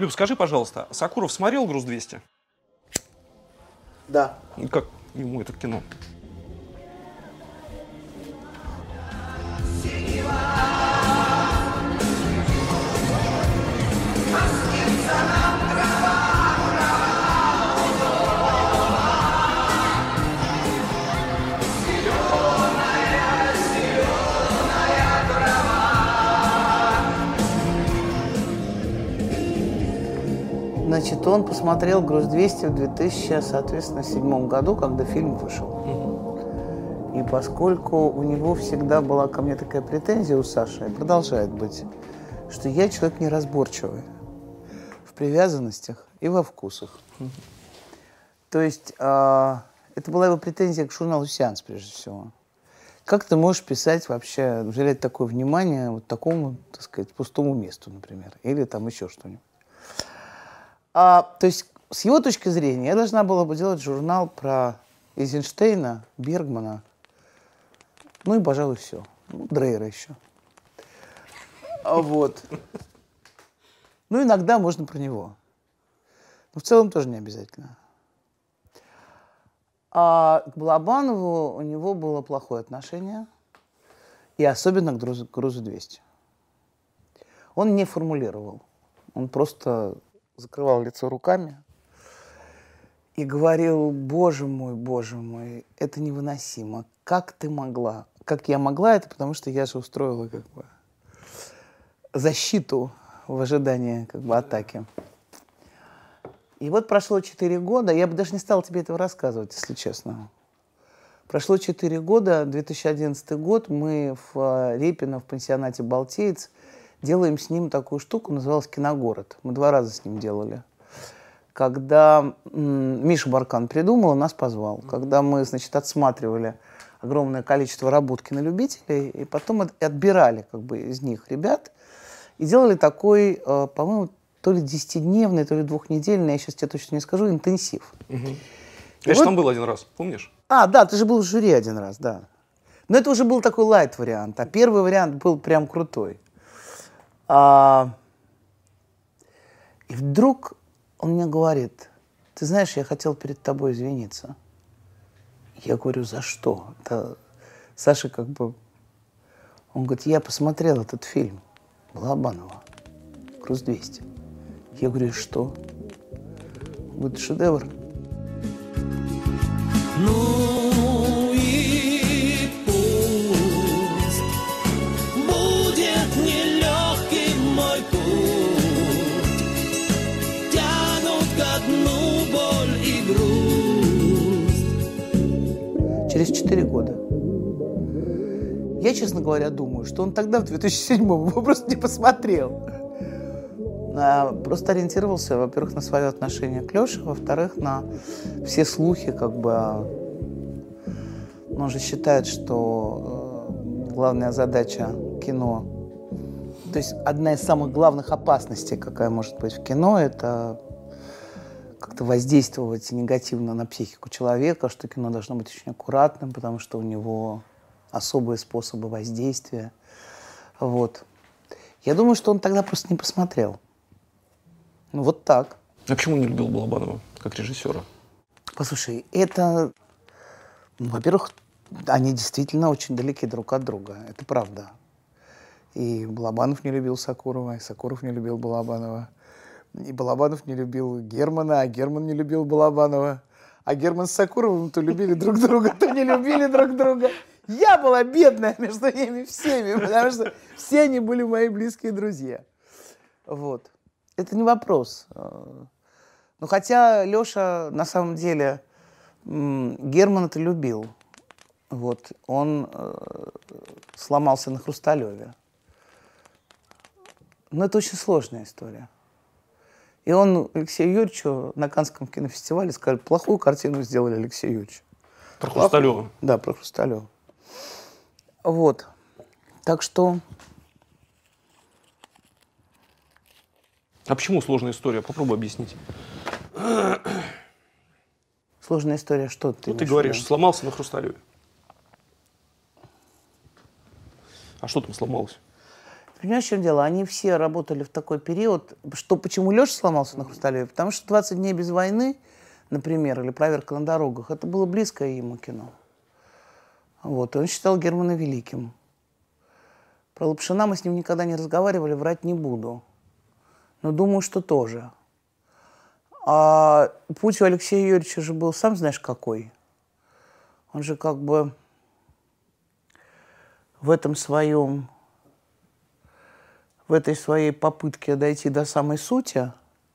Люб, скажи, пожалуйста, Сакуров смотрел «Груз-200»? Да. И как ему это кино? Значит, он посмотрел «Груз-200» в 2007 году, когда фильм вышел. И поскольку у него всегда была ко мне такая претензия у Саши, и продолжает быть, что я человек неразборчивый в привязанностях и во вкусах. То есть это была его претензия к журналу «Сеанс», прежде всего. Как ты можешь писать вообще, уделять такое внимание вот такому, так сказать, пустому месту, например, или там еще что-нибудь? То есть, с его точки зрения, я должна была бы делать журнал про Эйзенштейна, Бергмана, ну и, пожалуй, все. Ну, Дрейера еще. Вот. Ну, иногда можно про него. Но в целом тоже не обязательно. А к Балабанову у него было плохое отношение, и особенно к «Грузу-200». Он не формулировал. Он просто закрывал лицо руками и говорил: боже мой, это невыносимо. Как ты могла? Как я могла это? Потому что я же устроила как бы защиту в ожидании как бы атаки. И вот прошло 4 года, я бы даже не стала тебе этого рассказывать, если честно. Прошло 4 года, 2011 год, мы в Репино, в пансионате «Балтиец», делаем с ним такую штуку, называлась «Киногород». Мы 2 раза с ним делали. Когда Миша Баркан придумал, нас позвал. Когда мы, значит, отсматривали огромное количество работ кинолюбителей, и потом отбирали как бы из них ребят, и делали такой, по-моему, то ли 10-дневный, то ли 2-недельный, я сейчас тебе точно не скажу, интенсив. Я же там был 1 раз, помнишь? Да, ты же был в жюри 1 раз, да. Но это уже был такой лайт-вариант, а первый вариант был прям крутой. И вдруг он мне говорит: ты знаешь, я хотел перед тобой извиниться. Я говорю: за что? Это Саша как бы... Он говорит: я посмотрел этот фильм Балабанова «Груз-200». Я говорю: и что? Он говорит: шедевр. Ну и пусть будет нелегким мой путь, тянут ко дну боль и грусть. Через 4 года. Я, честно говоря, думаю, что он тогда, в 2007-м, его просто не посмотрел. Просто ориентировался, во-первых, на свое отношение к Леше, во-вторых, на все слухи, как бы... Он же считает, что главная задача кино... То есть одна из самых главных опасностей, какая может быть в кино, это как-то воздействовать негативно на психику человека, что кино должно быть очень аккуратным, потому что у него особые способы воздействия. Вот. Я думаю, что он тогда просто не посмотрел. Ну, вот так. А почему не любил Балабанова как режиссера? Послушай, это... во-первых, они действительно очень далеки друг от друга. Это правда. И Балабанов не любил Сакурова, и Сакуров не любил Балабанова. И Балабанов не любил Германа, а Герман не любил Балабанова. А Герман с Сакуровым то любили друг друга, то не любили друг друга. Я была бедная между ними всеми, потому что все они были мои близкие друзья. Вот. Это не вопрос. Ну, хотя Леша, на самом деле, Германа это любил. Вот. Он сломался на Хрусталеве. Но это очень сложная история. И он Алексею Юрьевичу на Каннском кинофестивале сказал: плохую картину сделали, Алексей Юрьевич. Про Хрусталева? Да, про Хрусталева. Вот. Так что... А почему сложная история? Попробуй объяснить. Сложная история, что ты... Ну, ты говоришь, сломался на Хрусталеве. А что там сломалось? Понимаешь, в чем дело? Они все работали в такой период. Почему Леша сломался на Хрусталеве? Потому что «20 дней без войны», например, или «Проверка на дорогах», это было близкое ему кино. Вот. И он считал Германа великим. Про Лапшина мы с ним никогда не разговаривали, врать не буду. Но думаю, что тоже. А путь у Алексея Юрьевича же был, сам знаешь, какой. Он же как бы в этой своей попытке дойти до самой сути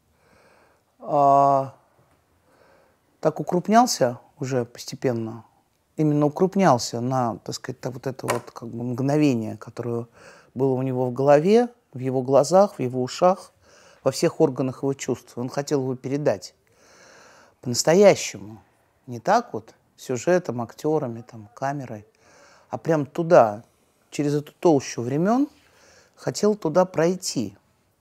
так укрупнялся уже постепенно. Именно укрупнялся на, так сказать, вот это вот как бы мгновение, которое было у него в голове, в его глазах, в его ушах, во всех органах его чувств. Он хотел его передать по-настоящему. Не так вот, сюжетом, актерами, там, камерой, а прям туда, через эту толщу времен, хотел туда пройти.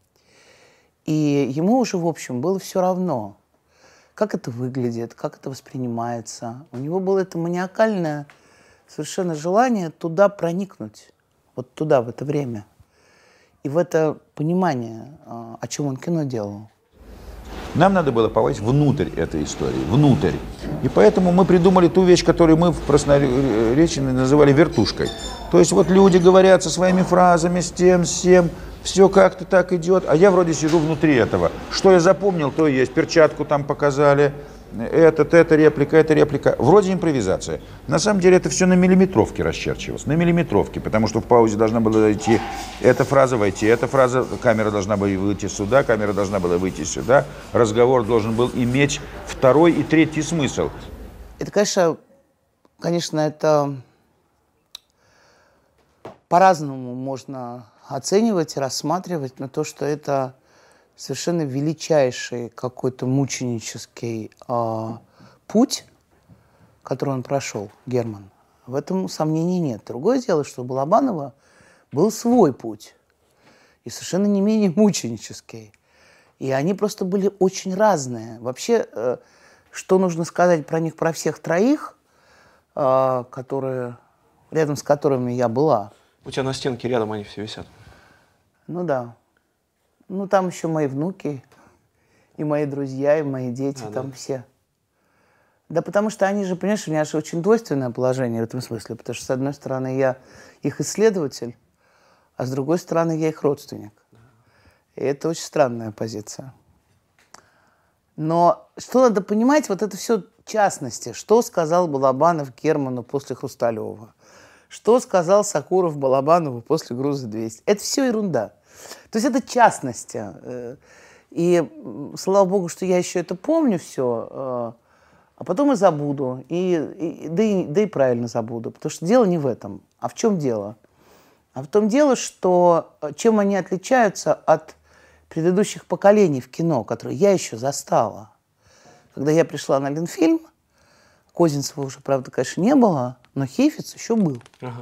И ему уже, в общем, было все равно, как это выглядит, как это воспринимается. У него было это маниакальное совершенно желание туда проникнуть, вот туда, в это время. И в это понимание, о чем он кино делал. Нам надо было попасть внутрь этой истории, внутрь. И поэтому мы придумали ту вещь, которую мы в просторечии называли вертушкой. То есть вот люди говорят со своими фразами, с тем, с тем, все как-то так идет, а я вроде сижу внутри этого. Что я запомнил, то и есть. Перчатку там показали, эта реплика. Вроде импровизация. На самом деле это все на миллиметровке расчерчивалось, на миллиметровке, потому что в паузе должна была зайти эта фраза, войти эта фраза, камера должна была выйти сюда, камера должна была выйти сюда, разговор должен был иметь второй и третий смысл. Это, конечно, это по-разному можно оценивать и рассматривать, но то, что это совершенно величайший какой-то мученический путь, который он прошел, Герман, в этом сомнений нет. Другое дело, что у Балабанова был свой путь, и совершенно не менее мученический. И они просто были очень разные. Вообще, что нужно сказать про них, про всех троих, рядом с которыми я была? У тебя на стенке рядом они все висят. Ну да. Ну там еще мои внуки, и мои друзья, и мои дети, там все. Да потому что они же, понимаешь, у меня же очень двойственное положение в этом смысле, потому что, с одной стороны, я их исследователь, а с другой стороны, я их родственник. И это очень странная позиция. Но что надо понимать, вот это все частности. Что сказал Балабанов Герману после Хрусталева? Что сказал Сакуров Балабанову после «Груза-200»? Это все ерунда. То есть это частности. И слава богу, что я еще это помню все, а потом и забуду. Да и правильно забуду. Потому что дело не в этом. А в чем дело? А в том дело, что чем они отличаются от предыдущих поколений в кино, которые я еще застала. Когда я пришла на Ленфильм, Козинцева уже, правда, конечно, не было, но Хейфиц еще был. Ага.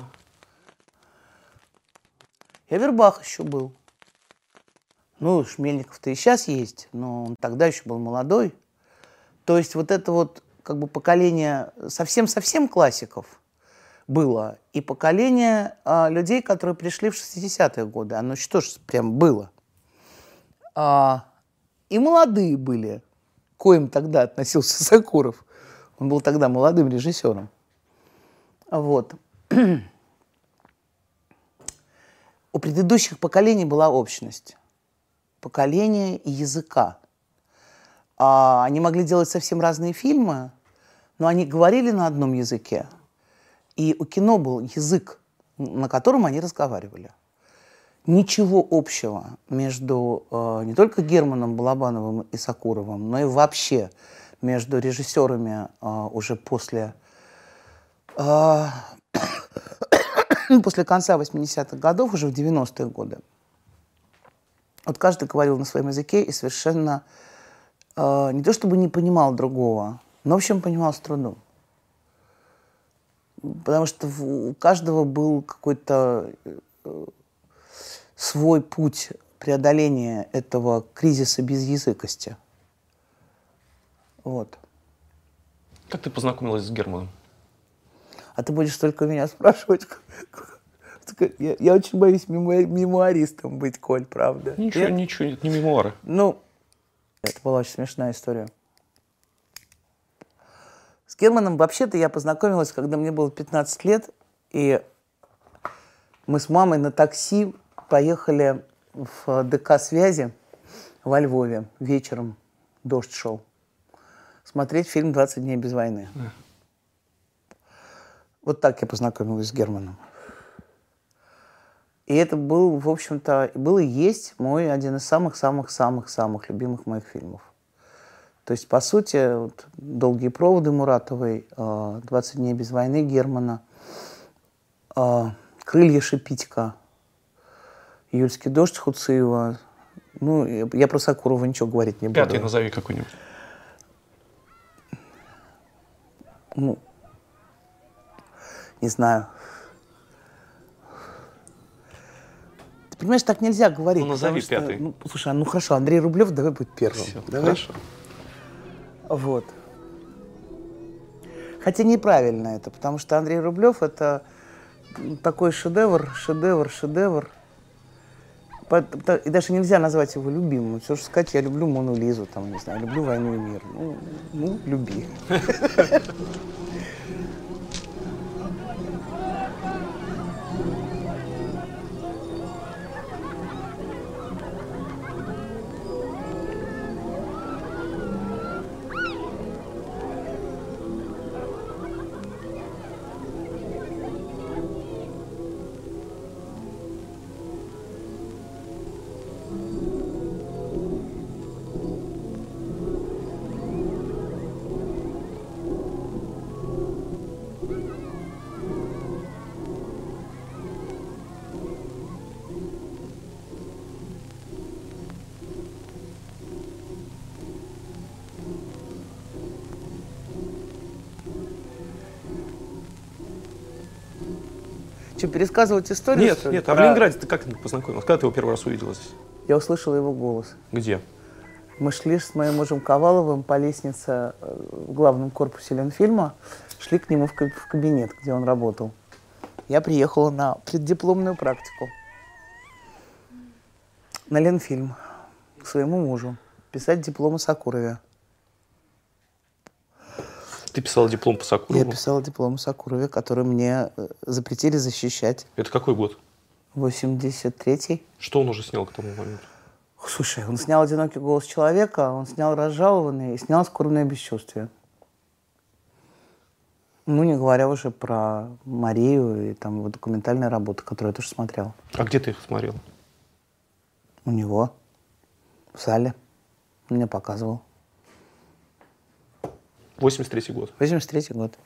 И Авербах еще был. Ну, Шмельников-то и сейчас есть, но он тогда еще был молодой. То есть вот это вот как бы поколение совсем-совсем классиков было, и поколение людей, которые пришли в 60-е годы. Оно что ж прям было. И молодые были, к коим тогда относился Сакуров. Он был тогда молодым режиссером. Вот. У предыдущих поколений была общность. Поколения и языка. Они могли делать совсем разные фильмы, но они говорили на одном языке. И у кино был язык, на котором они разговаривали. Ничего общего между не только Германом Балабановым и Сакуровым, но и вообще между режиссерами уже после конца 80-х годов, уже в 90-е годы. Вот каждый говорил на своем языке и совершенно не то чтобы не понимал другого, но в общем понимал с трудом. Потому что у каждого был какой-то свой путь преодоления этого кризиса безязыкости. Вот. Как ты познакомилась с Германом? А ты будешь только меня спрашивать, Я очень боюсь мемуаристом быть, Коль, правда. Ничего, ничего, это не мемуары. Ну, это была очень смешная история. С Германом вообще-то я познакомилась, когда мне было 15 лет, и мы с мамой на такси поехали в ДК «Связи» во Львове вечером, дождь шел, смотреть фильм «20 дней без войны». Вот так я познакомилась с Германом. И это был, в общем-то, был и есть мой один из самых-самых-самых-самых любимых моих фильмов. То есть, по сути, вот, «Долгие проводы» Муратовой, «20 дней без войны» Германа, «Крылья» Шипитько, «Июльский дождь» Хуциева. Ну, я про Сокурова ничего говорить не буду. Пятый назови какой-нибудь. Ну, не знаю. Ты понимаешь, так нельзя говорить. Ну, назови потому что, пятый. ну, слушай, ну хорошо, Андрей Рублев давай будет первым. Всё, Давай. хорошо. Вот. Хотя неправильно это, потому что Андрей Рублев это такой шедевр. И даже нельзя назвать его любимым. Все же сказать, я люблю Мону Лизу, там, не знаю, люблю «Войну и мир». Ну люби. Что, пересказывать историю? Нет, что ли? нет, а в Ленинграде ты как познакомилась? Когда ты его первый раз увидела здесь? Я услышала его голос. Где? Мы шли с моим мужем Коваловым по лестнице в главном корпусе Ленфильма, шли к нему в кабинет, где он работал. Я приехала на преддипломную практику на Ленфильм к своему мужу писать диплом о Сокурове. Ты писала диплом по Сокурову? Я писала диплом о Сокурове, который мне запретили защищать. Это какой год? 83-й. Что он уже снял к тому моменту? Слушай, он снял «Одинокий голос человека», он снял «Разжалованный» и снял «Скорбное бесчувствие». Ну, не говоря уже про Марию и там его документальные работы, которые я тоже смотрел. А где ты их смотрела? У него. В зале. Он мне показывал. 83-й год. 83-й год.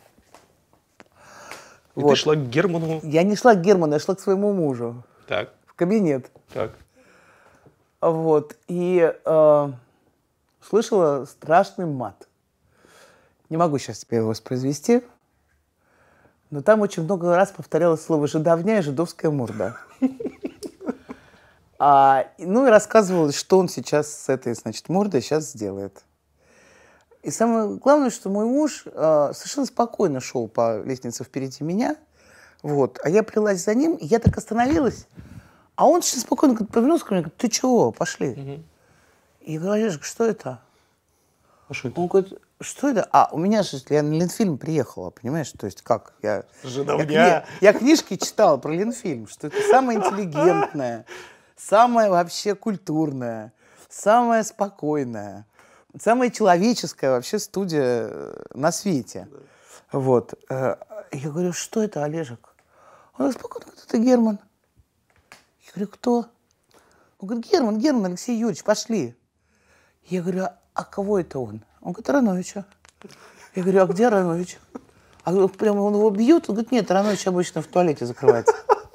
И Вот. ты шла к Герману. Я не шла к Герману, я шла к своему мужу. Так, В кабинет. так. Вот. И слышала страшный мат. Не могу сейчас тебе его воспроизвести. Но там очень много раз повторялось слово «жидовня» и «жидовская морда». Ну и рассказывалось, что он сейчас с этой, значит, мордой сейчас сделает. И самое главное, что мой муж совершенно спокойно шел по лестнице впереди меня, вот, а я плелась за ним, и я так остановилась, а он очень спокойно повернулся ко мне и говорит: ты чего, пошли. И я говорю: Олежек, что это? А что это? Он говорит: что это? А, у меня же, я на Ленфильм приехала, понимаешь? То есть как? Я книжки читала про Ленфильм, что это самое интеллигентное, самое вообще культурное, самое спокойное, самая человеческая вообще студия на свете. Вот. Я говорю: что это, Олежек? Он говорит: спокойно, это Герман. Я говорю: кто? Он говорит: Герман, Алексей Юрьевич, пошли. Я говорю: а кого это он? Он говорит: Ароновича. Я говорю: а где Аронович? А прямо он его бьет? Он говорит: нет, Аронович обычно в туалете закрывается.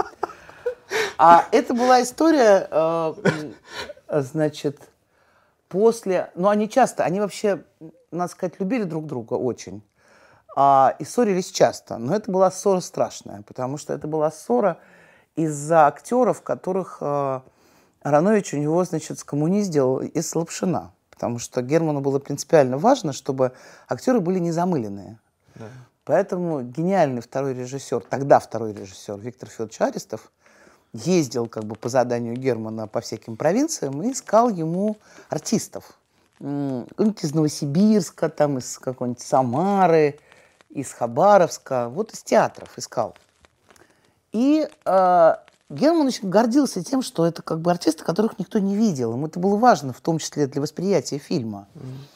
А это была история, значит, после... Ну, они часто, они вообще, надо сказать, любили друг друга очень. И ссорились часто. Но это была ссора страшная, потому что это была ссора из-за актеров, которых Аронович у него, значит, скоммуниздил из Лапшина. Потому что Герману было принципиально важно, чтобы актеры были не замыленные. Да. Поэтому гениальный второй режиссер, тогда второй режиссер Виктор Федорович Аристов ездил как бы по заданию Германа по всяким провинциям и искал ему артистов. Какой-нибудь из Новосибирска, там, из какой-нибудь Самары, из Хабаровска, вот из театров искал. И Герман очень гордился тем, что это как бы артисты, которых никто не видел. Ему это было важно, в том числе для восприятия фильма.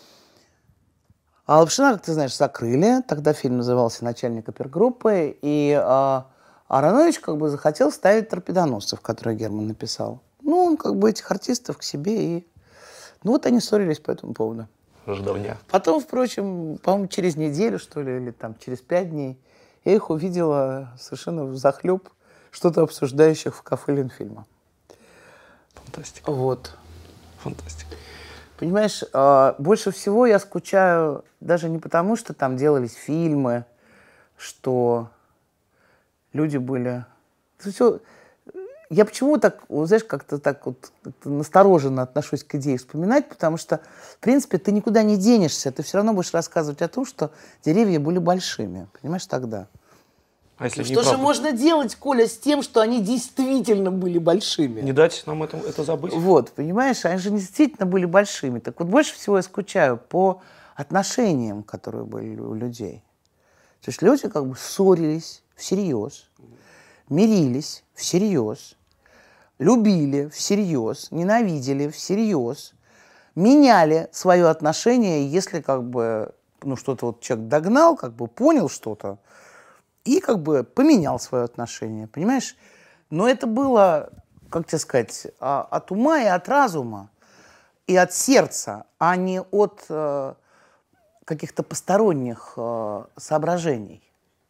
А Лапшина, как ты знаешь, закрыли. Тогда фильм назывался «Начальник опергруппы». И Аронович как бы захотел ставить торпедоносцев, которые Герман написал. Ну, он как бы этих артистов к себе и... Ну, вот они ссорились по этому поводу. Ждовня. Потом, впрочем, по-моему, через неделю, что ли, или там через 5 дней, я их увидела совершенно взахлеб, что-то обсуждающих в кафе Ленфильма. Фантастика. Вот. Фантастика. Понимаешь, больше всего я скучаю даже не потому, что там делались фильмы, что люди были... Все... Я почему так, знаешь, как-то так вот настороженно отношусь к идее вспоминать, потому что, в принципе, ты никуда не денешься, ты все равно будешь рассказывать о том, что деревья были большими, понимаешь, тогда. А если Что же можно делать, Коля, с тем, что они действительно были большими? Не дать нам это забыть? Вот, понимаешь, они же действительно были большими. Так вот, больше всего я скучаю по отношениям, которые были у людей. То есть люди как бы ссорились всерьез, мирились всерьез, любили всерьез, ненавидели всерьез, меняли свое отношение, если как бы, ну, что-то вот человек догнал, как бы понял что-то, и как бы поменял свое отношение, понимаешь? Но это было, как тебе сказать, от ума и от разума, и от сердца, а не от каких-то посторонних соображений.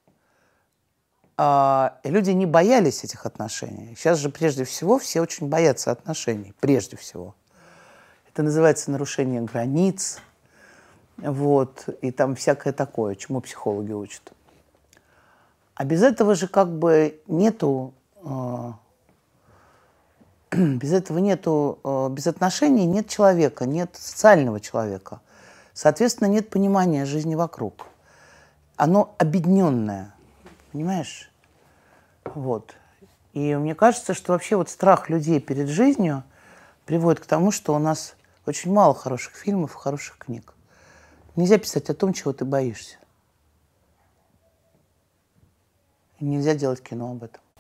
И люди не боялись этих отношений. Сейчас же прежде всего все очень боятся отношений, прежде всего. Это называется нарушение границ, вот, и там всякое такое, чему психологи учат. А без этого же как бы нету, без этого нету, без отношений нет человека, нет социального человека. Соответственно, нет понимания жизни вокруг. Оно обедненное, понимаешь? Вот. И мне кажется, что вообще вот страх людей перед жизнью приводит к тому, что у нас очень мало хороших фильмов и хороших книг. Нельзя писать о том, чего ты боишься. И нельзя делать кино об этом.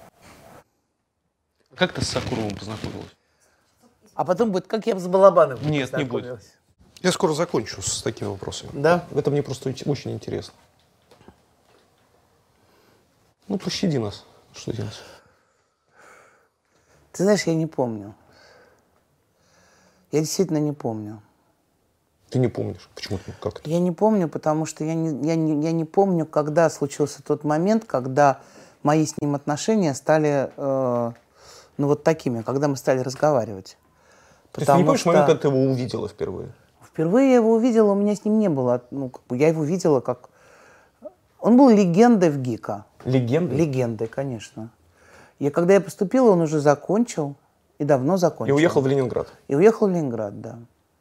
Как ты с Сакуровым познакомилась? А потом будет, как я с Балабановым. Нет, не познакомилась. будет. Я скоро закончу с такими вопросами. Да? Это мне просто очень интересно. Ну, пощади нас. Что делать? Ты знаешь, я не помню. Я действительно не помню. Ты не помнишь? Почему ты? Как это? Я не помню, потому что я не помню, когда случился тот момент, когда мои с ним отношения стали, ну, вот такими, когда мы стали разговаривать. То есть ты не помнишь момент, когда ты его увидела впервые? Впервые я его увидела, у меня с ним не было. Ну, как бы я его видела как... Он был легендой в ГИКа. Легендой? Легендой, конечно. И когда я поступила, он уже закончил. И давно закончил. И уехал в Ленинград? И уехал в Ленинград, да.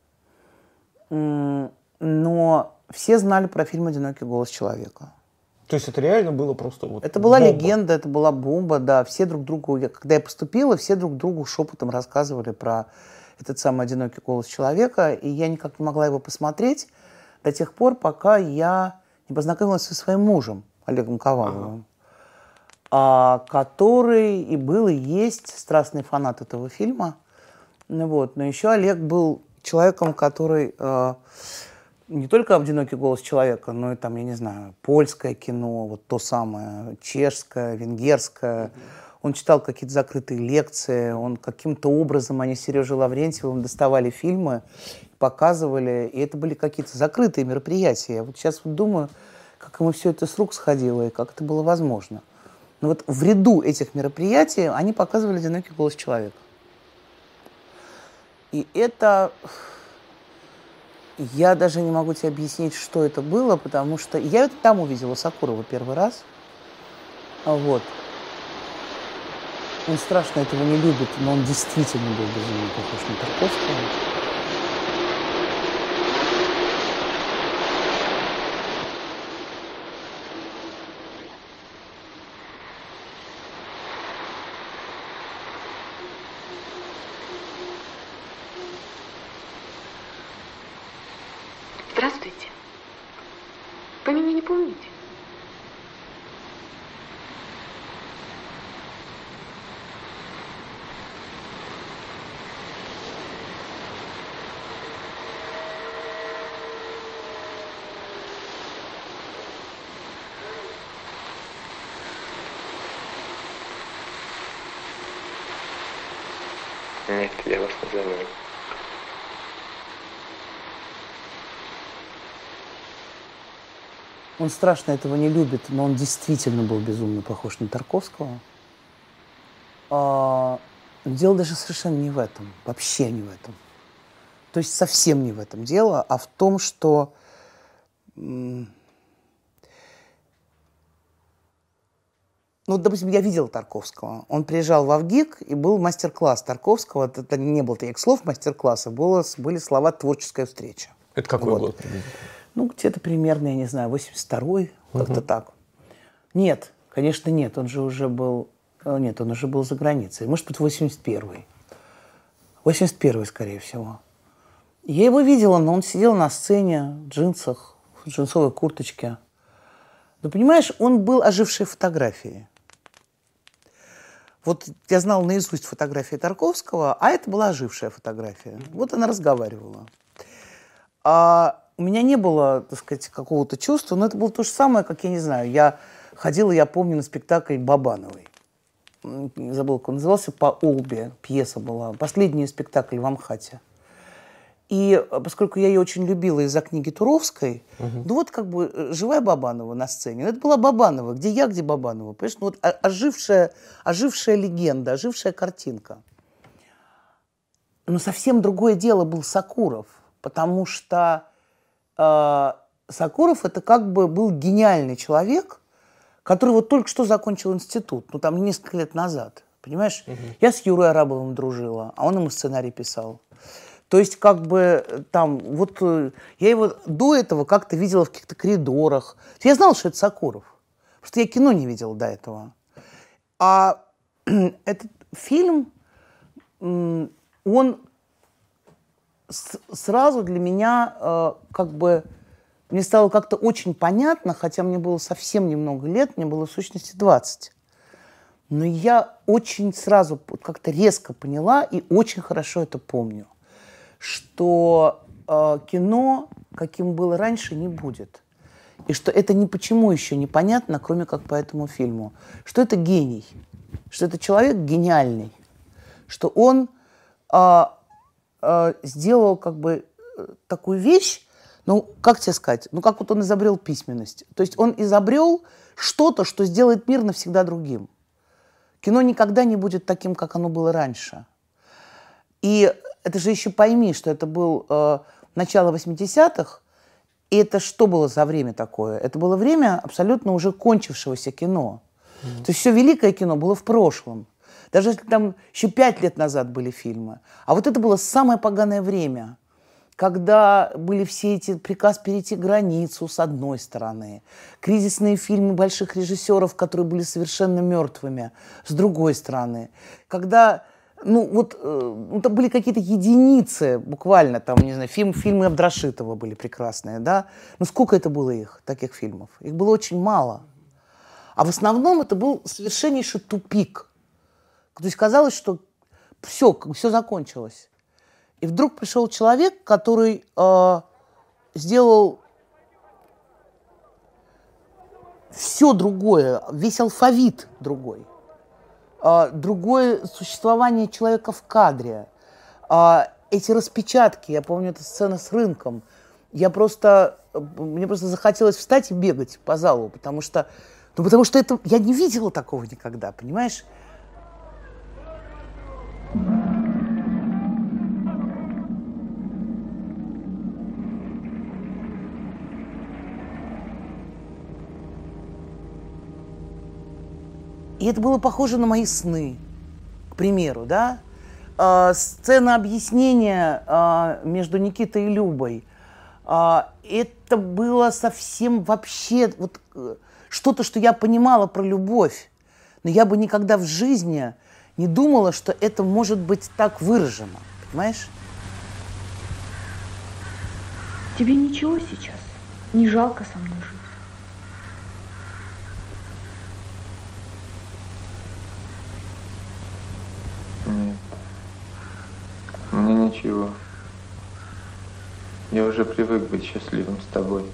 Но все знали про фильм «Одинокий голос человека». То есть это реально было просто вот Это была бомба? легенда, это была бомба, да. Все друг другу, когда я поступила, все друг другу шепотом рассказывали про этот самый «Одинокий голос человека», и я никак не могла его посмотреть до тех пор, пока я не познакомилась со своим мужем, Олегом Коваловым, который и был, и есть страстный фанат этого фильма. Вот. Но еще Олег был человеком, который не только «Одинокий голос человека», но и там, я не знаю, польское кино, вот то самое, чешское, венгерское. Он читал какие-то закрытые лекции, он каким-то образом, они с Сережей Лаврентьевым доставали фильмы, показывали, и это были какие-то закрытые мероприятия. Я вот сейчас вот думаю, как ему все это с рук сходило, и как это было возможно. Но вот в ряду этих мероприятий они показывали «Одинокий голос человека». И это... Я даже не могу тебе объяснить, что это было, потому что... Я это там увидела Сакурова первый раз. Вот. Он страшно этого не любит, но он действительно был безумно похож на Тарковского. Здравствуйте. Вы меня не помните? Нет, я вас не знаю. Он страшно этого не любит, но он действительно был безумно похож на Тарковского. Дело даже совершенно не в этом, вообще не в этом. То есть совсем не в этом дело, а в том, что ну, допустим, я видел Тарковского. Он приезжал в Авгик, и был мастер-класс Тарковского. Это не было таких слов мастер-класса, были слова «творческая встреча». Это какой Вот. год приблизительно? Ну, где-то примерно, я не знаю, 82-й, как-то так. Нет, конечно, нет. Он же уже был... Нет, он уже был за границей. Может быть, 81-й. 81-й, скорее всего. Я его видела, но он сидел на сцене в джинсах, в джинсовой курточке. Но, понимаешь, он был ожившей фотографией. Вот я знал наизусть фотографии Тарковского, а это была ожившая фотография. Вот она разговаривала. У меня не было, так сказать, какого-то чувства, но это было то же самое, как, я не знаю, я ходила, я помню, на спектакль Бабановой. Забыла, как он назывался, по Олбе пьеса была. Последний спектакль в Амхате. И поскольку я ее очень любила из-за книги Туровской, ну вот как бы живая Бабанова на сцене. Ну, это была Бабанова. Где я, где Бабанова. Понимаешь? Ну, вот ожившая легенда, ожившая картинка. Но совсем другое дело был Сакуров. Потому что Сакуров это как бы был гениальный человек, который вот только что закончил институт. Ну, там несколько лет назад. Понимаешь? Я с Юрой Арабовым дружила, а он ему сценарий писал. То есть, как бы, там, вот, я его до этого как-то видела в каких-то коридорах. Я знала, что это Сакуров. Просто я кино не видела до этого. А этот фильм, он сразу для меня, как бы, мне стало как-то очень понятно, хотя мне было совсем немного лет, мне было в сущности 20. Но я очень сразу как-то резко поняла и очень хорошо это помню, что кино, каким было раньше, не будет. И что это ни почему еще непонятно, кроме как по этому фильму. Что это гений, что это человек гениальный, что он сделал как бы такую вещь, ну, как тебе сказать, ну, как вот он изобрел письменность. То есть он изобрел что-то, что сделает мир навсегда другим. Кино никогда не будет таким, как оно было раньше. И это же еще пойми, что это был начало 80-х, и это что было за время такое? Это было время абсолютно уже кончившегося кино. То есть все великое кино было в прошлом. Даже если там еще 5 лет назад были фильмы. А вот это было самое поганое время, когда были все эти приказ перейти границу с одной стороны, кризисные фильмы больших режиссеров, которые были совершенно мертвыми, с другой стороны, когда, ну вот, там были какие-то единицы, буквально, там, не знаю, фильмы Абдрашитова были прекрасные, да, но сколько это было их, таких фильмов? Их было очень мало. А в основном это был совершеннейший тупик. То есть казалось, что все закончилось. И вдруг пришел человек, который сделал все другое, весь алфавит другой, другое существование человека в кадре, эти распечатки, я помню, эта сцена с рынком, мне просто захотелось встать и бегать по залу, потому что это, я не видела такого никогда, понимаешь? И это было похоже на мои сны, к примеру, да? Сцена объяснения между Никитой и Любой. Это было совсем вообще вот, что-то, что я понимала про любовь. Но я бы никогда в жизни не думала, что это может быть так выражено. Понимаешь? Тебе ничего сейчас? Не жалко со мной жить? Нет. Мне ничего. Я уже привык быть счастливым с тобой.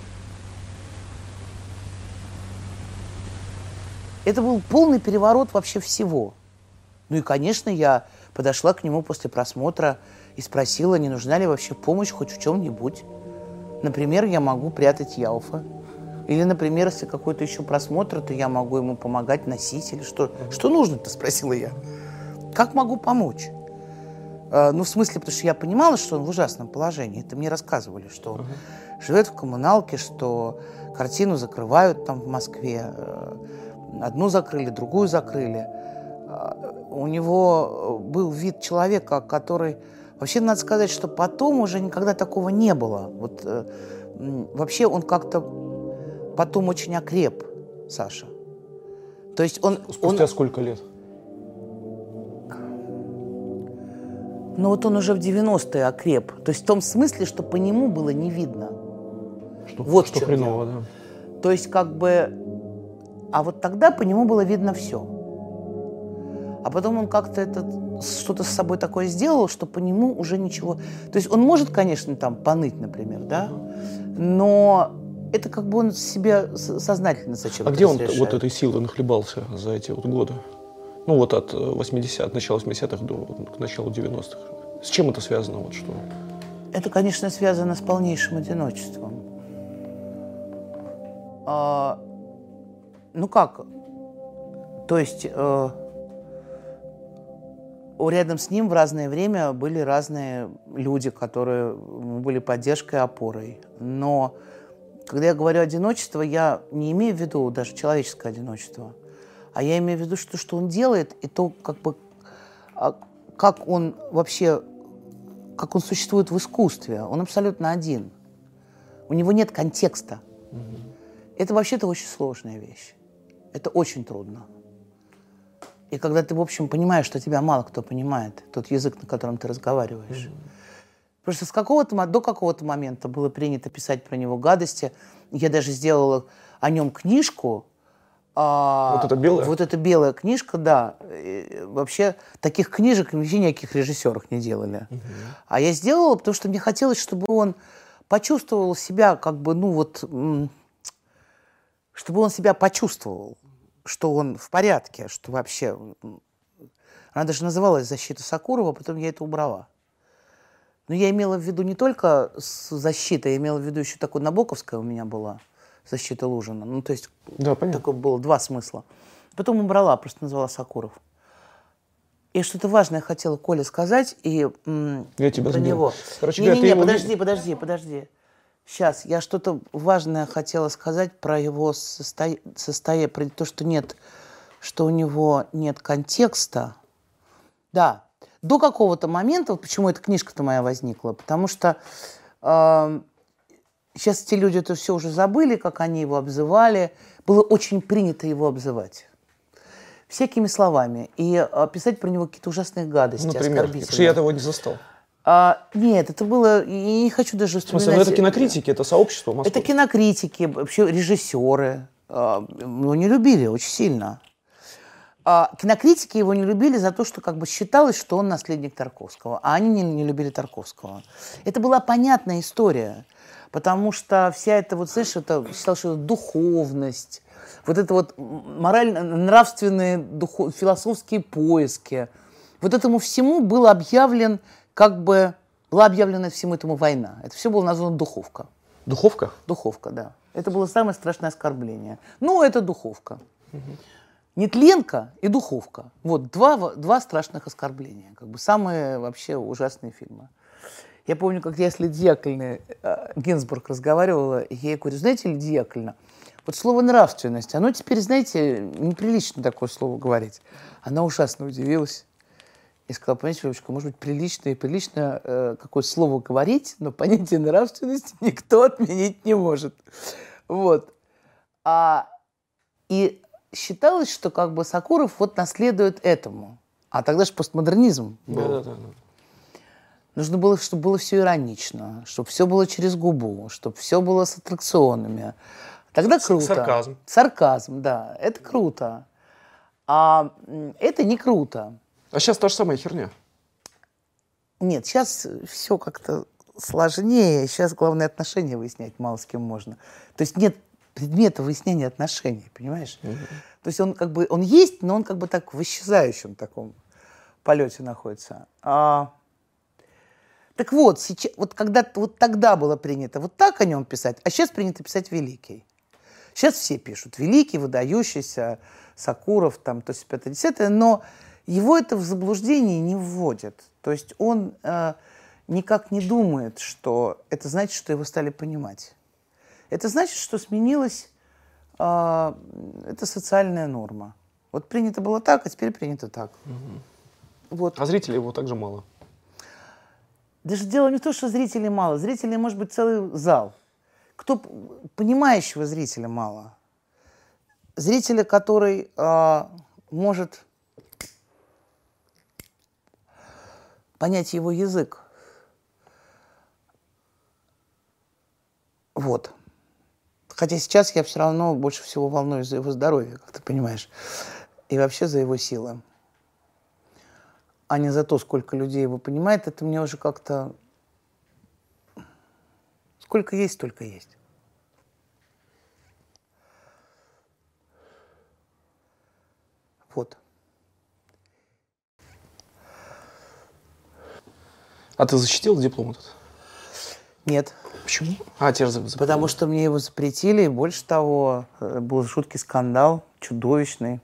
Это был полный переворот вообще всего. Ну и, конечно, я подошла к нему после просмотра и спросила, не нужна ли вообще помощь хоть в чем-нибудь. Например, я могу прятать Яуфа. Или, например, если какой-то еще просмотр, то я могу ему помогать носить. Или что? Что нужно-то, спросила я. Как могу помочь? Ну, в смысле, потому что я понимала, что он в ужасном положении. Это мне рассказывали, что он живет в коммуналке, что картину закрывают там в Москве. Одну закрыли, другую закрыли. У него был вид человека, который... Вообще, надо сказать, что потом уже никогда такого не было. Вот вообще он как-то потом очень окреп, Саша. То есть он... Спустя сколько лет? Ну вот он уже в 90-е окреп. То есть в том смысле, что по нему было не видно. Что, Вот что в чем хреново, дело. да. То есть как бы... А вот тогда по нему было видно все. А потом он как-то что-то с собой такое сделал, что по нему уже ничего... То есть он может, конечно, там поныть, например, да? Но это как бы он себе сознательно зачем-то А где он разрешает. вот этой силы нахлебался за эти вот годы? Ну вот от начала 80-х до к началу 90-х. С чем это связано? Вот что? Это, конечно, связано с полнейшим одиночеством. Ну как? То есть рядом с ним в разное время были разные люди, которые были поддержкой и опорой. Но когда я говорю одиночество, я не имею в виду даже человеческое одиночество, а я имею в виду, что он делает, и то, как бы, как он вообще, как он существует в искусстве. Он абсолютно один. У него нет контекста. Это вообще-то очень сложная вещь. Это очень трудно. И когда ты, в общем, понимаешь, что тебя мало кто понимает, тот язык, на котором ты разговариваешь. Потому что до какого-то момента было принято писать про него гадости. Я даже сделала о нем книжку. Вот это белая? Вот эта белая книжка, да. И вообще таких книжек вообще никаких режиссеров не делали. А я сделала, потому что мне хотелось, чтобы он почувствовал себя как бы, ну вот... Чтобы он себя почувствовал, что он в порядке, что вообще... Она даже называлась «Защита Сокурова», потом я это убрала. Но я имела в виду не только защита, я имела в виду еще такой набоковская у меня была, «Защита Лужина». Ну, то есть Да, понятно. такое было два смысла. Потом убрала, просто назвала «Сокуров». И что-то важное хотела Коле сказать, и Я тебя про сбил. него. Короче говоря, ты его не- Подожди. Сейчас, я что-то важное хотела сказать про его состояние, про то, что у него нет контекста. Да, до какого-то момента, вот почему эта книжка-то моя возникла, потому что сейчас эти люди это все уже забыли, как они его обзывали. Было очень принято его обзывать. Всякими словами. И писать про него какие-то ужасные гадости, Например, оскорбительные. потому что я того не застал. Нет, это было... И не хочу даже В вспоминать... смысле, ну это кинокритики, это сообщество Москвы. Это кинокритики, вообще режиссеры. Его не любили очень сильно. Кинокритики его не любили за то, что как бы считалось, что он наследник Тарковского. А они не любили Тарковского. Это была понятная история. Потому что вся эта, вот, знаешь, это считалось, что это духовность, вот это вот морально-нравственные философские поиски. Вот этому всему была объявлена всему этому война. Это все было названо духовка. Духовка? Духовка, да. Это было самое страшное оскорбление. Ну, это духовка. Нетленка и духовка. Вот два страшных оскорбления. Как бы самые вообще ужасные фильмы. Я помню, как я с Лидией Яковлевной Гинзбург разговаривала, и я ей говорю, знаете, Лидия Яковлевна, вот слово «нравственность», оно теперь, знаете, неприлично такое слово говорить. Она ужасно удивилась. И сказала, понимаете, Любочка, может быть, прилично какое слово говорить, но понятие нравственности никто отменить не может. Вот. И считалось, что как бы Сокуров вот наследует этому. А тогда же постмодернизм был. Да. Нужно было, чтобы было все иронично, чтобы все было через губу, чтобы все было с аттракционами. Тогда круто. Сарказм. Сарказм, да. Это круто. А это не круто. А сейчас та же самая херня. Нет, сейчас все как-то сложнее. Сейчас главное отношения выяснять мало с кем можно. То есть нет предмета выяснения отношений, понимаешь? То есть он как бы, он есть, но он как бы так в исчезающем таком полете находится. Так вот, сейчас, вот когда вот тогда было принято вот так о нем писать, а сейчас принято писать великий. Сейчас все пишут великий, выдающийся, Сакуров, там, то есть 5-10, но его это в заблуждение не вводит. То есть он никак не думает, что это значит, что его стали понимать. Это значит, что сменилась это социальная норма. Вот принято было так, а теперь принято так. Вот. А зрителей его также мало. Даже дело не в том, что зрителей мало. Зрителей может быть целый зал. Кто понимающего зрителя мало. Зрителя, который может понять его язык. Вот. Хотя сейчас я все равно больше всего волнуюсь за его здоровье, как ты понимаешь. И вообще за его силы. А не за то, сколько людей его понимает. Это мне уже как-то... Сколько есть, столько есть. Вот. А ты защитил диплом этот? Нет. Почему? А, тебя запретили. Потому что мне его запретили. И больше того, был жуткий скандал, чудовищный.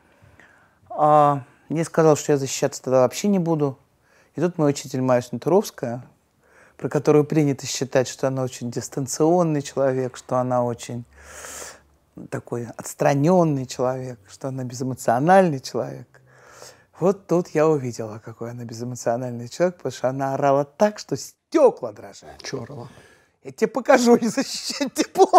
Мне сказал, что я защищаться тогда вообще не буду. И тут мой учитель Майя Снитуровская, про которую принято считать, что она очень дистанционный человек, что она очень такой отстраненный человек, что она безэмоциональный человек. Вот тут я увидела, какой она безэмоциональный человек, потому что она орала так, что стекла дрожали. Чё орала? Я тебе покажу, не защищать диплом.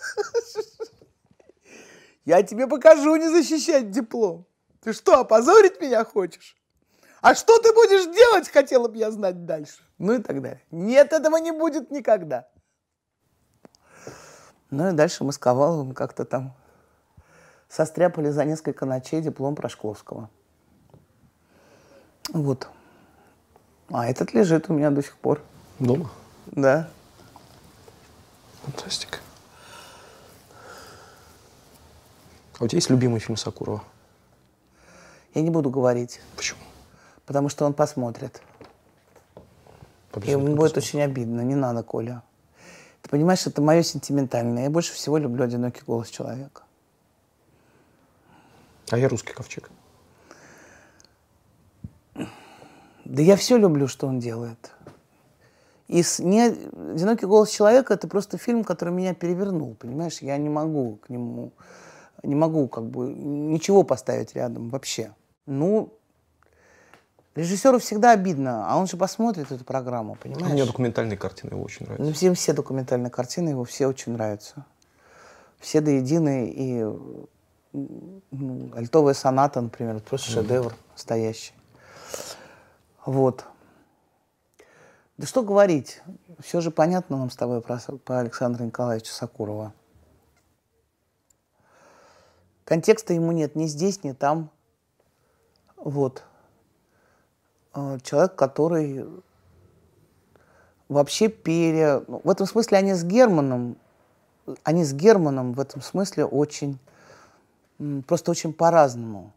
Я тебе покажу, не защищать диплом. Ты что, опозорить меня хочешь? А что ты будешь делать, хотела бы я знать дальше. Ну и так далее. Нет, этого не будет никогда. Ну и дальше мы с Коваловым как-то там состряпали за несколько ночей диплом Прошкловского. Вот. А этот лежит у меня до сих пор. Дома? Да. Фантастика. А у тебя есть любимый фильм Сакурова? Я не буду говорить, Почему? потому что он посмотрит. И ему будет очень обидно. Не надо, Коля. Ты понимаешь, это мое сентиментальное. Я больше всего люблю одинокий голос человека. А я русский ковчег. Да я все люблю, что он делает. «Одинокий голос человека» — это просто фильм, который меня перевернул, понимаешь? Я не могу к нему, не могу как бы ничего поставить рядом вообще. Ну, режиссеру всегда обидно, а он же посмотрит эту программу, А понимаешь? мне документальные картины его очень нравятся. Ну, всем все документальные картины его все очень нравятся. Все до единой. И «Альтовая соната», например, это просто шедевр настоящий. Вот. Да что говорить, все же понятно нам с тобой про Александра Николаевича Сакурова. Контекста ему нет ни здесь, ни там. Вот. Человек, который вообще Ну, в этом смысле они с Германом в этом смысле очень, просто очень по-разному.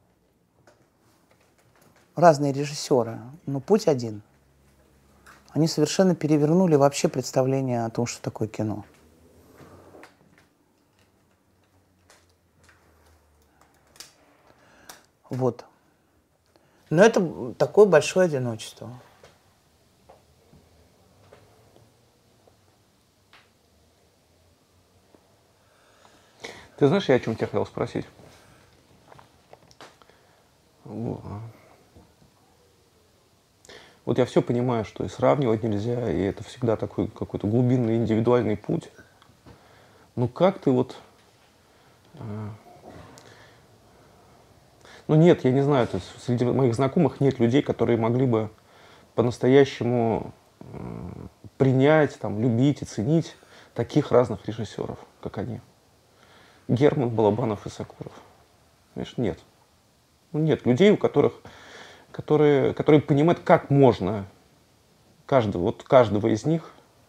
Разные режиссеры, но путь один. Они совершенно перевернули вообще представление о том, что такое кино. Вот. Но это такое большое одиночество. Ты знаешь, я о чем тебя хотел спросить? Вот я все понимаю, что и сравнивать нельзя, и это всегда такой какой-то глубинный индивидуальный путь. Но как ты вот... Ну нет, я не знаю, то есть среди моих знакомых нет людей, которые могли бы по-настоящему принять, там, любить и ценить таких разных режиссеров, как они. Герман, Балабанов и Сокуров. Понимаешь, нет. Ну, нет людей, которые понимают, как можно каждого из них.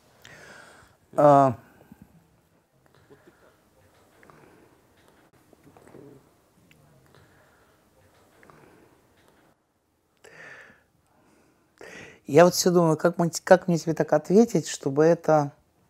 Я вот все думаю, как мне тебе так ответить, чтобы это...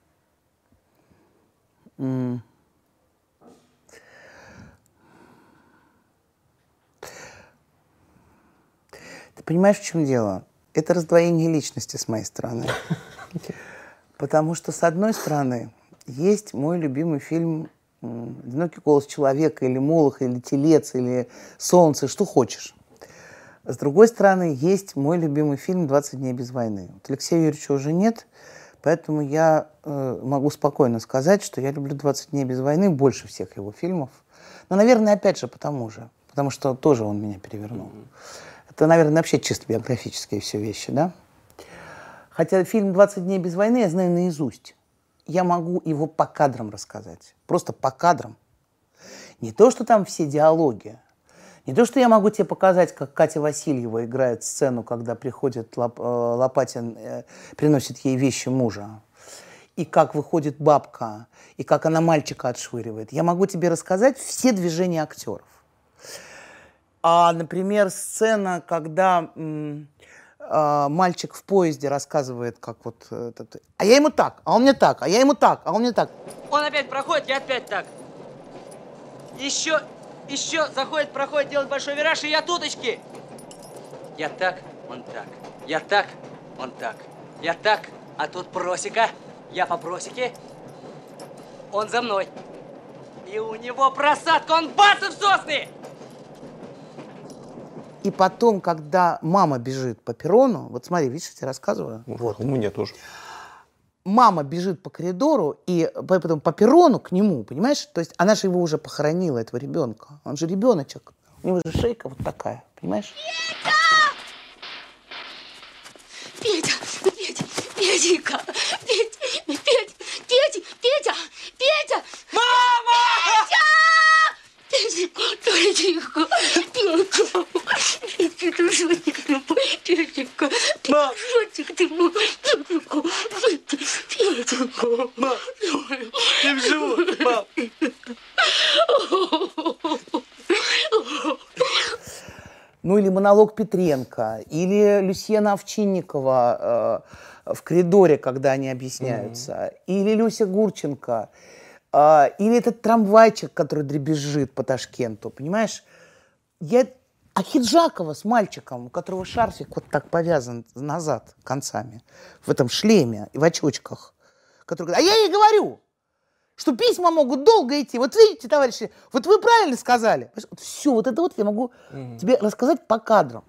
Ты понимаешь, в чем дело? Это раздвоение личности с моей стороны. Потому что, с одной стороны, есть мой любимый фильм «Одинокий голос человека», или «Молох», или «Телец», или «Солнце», что хочешь. С другой стороны, есть мой любимый фильм «20 дней без войны». Вот Алексея Юрьевича уже нет, поэтому я могу спокойно сказать, что я люблю «20 дней без войны» больше всех его фильмов. Но, наверное, опять же потому что тоже он меня перевернул. Это, наверное, вообще чисто биографические все вещи, да? Хотя фильм «20 дней без войны» я знаю наизусть. Я могу его по кадрам рассказать. Просто по кадрам. Не то, что там все диалоги. Не то, что я могу тебе показать, как Катя Васильева играет сцену, когда приходит Лопатин, приносит ей вещи мужа. И как выходит бабка, и как она мальчика отшвыривает. Я могу тебе рассказать все движения актеров. Например, сцена, когда мальчик в поезде рассказывает, как вот... А я ему так, а он мне так, а я ему так, а он мне так. Он опять проходит, я опять так. Еще заходит, проходит, делает большой вираж, и я туточки. Я так, он так. Я так, он так. Я так, а тут просека. Я по просеке. Он за мной. И у него просадка, он бац в сосны! И потом, когда мама бежит по перрону, вот смотри, видишь, я тебе рассказываю. Вот. У меня тоже. Мама бежит по коридору и потом по перрону к нему, понимаешь? То есть она же его уже похоронила, этого ребенка. Он же ребеночек. У него же шейка вот такая, понимаешь? Петя! Петенька! Петя! Мама! Петенька! Петенька! Петенька, ты шутик ты мой! Петенька! Шутик ты мой! Петенька! Мам! Ты в живот, мам! Ну, или монолог Петренко, или Люсьена Овчинникова в коридоре, когда они объясняются, или Люся Гурченко, или этот трамвайчик, который дребезжит по Ташкенту, понимаешь? Ахиджакова с мальчиком, у которого шарфик вот так повязан назад концами, в этом шлеме и в очочках, который говорит, а я ей говорю, что письма могут долго идти. Вот видите, товарищи, вот вы правильно сказали. Вот все, вот это вот я могу тебе рассказать по кадрам.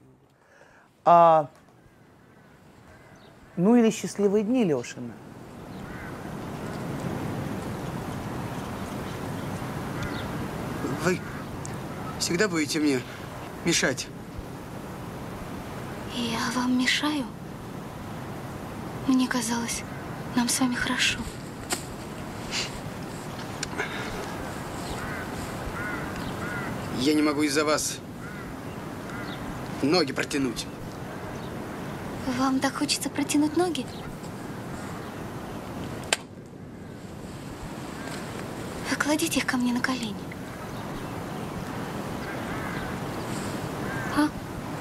Ну или «Счастливые дни» Лешина. Вы всегда будете мне мешать? Я вам мешаю? Мне казалось, нам с вами хорошо. Я не могу из-за вас ноги протянуть. Вам так хочется протянуть ноги? Вы кладите их ко мне на колени. А?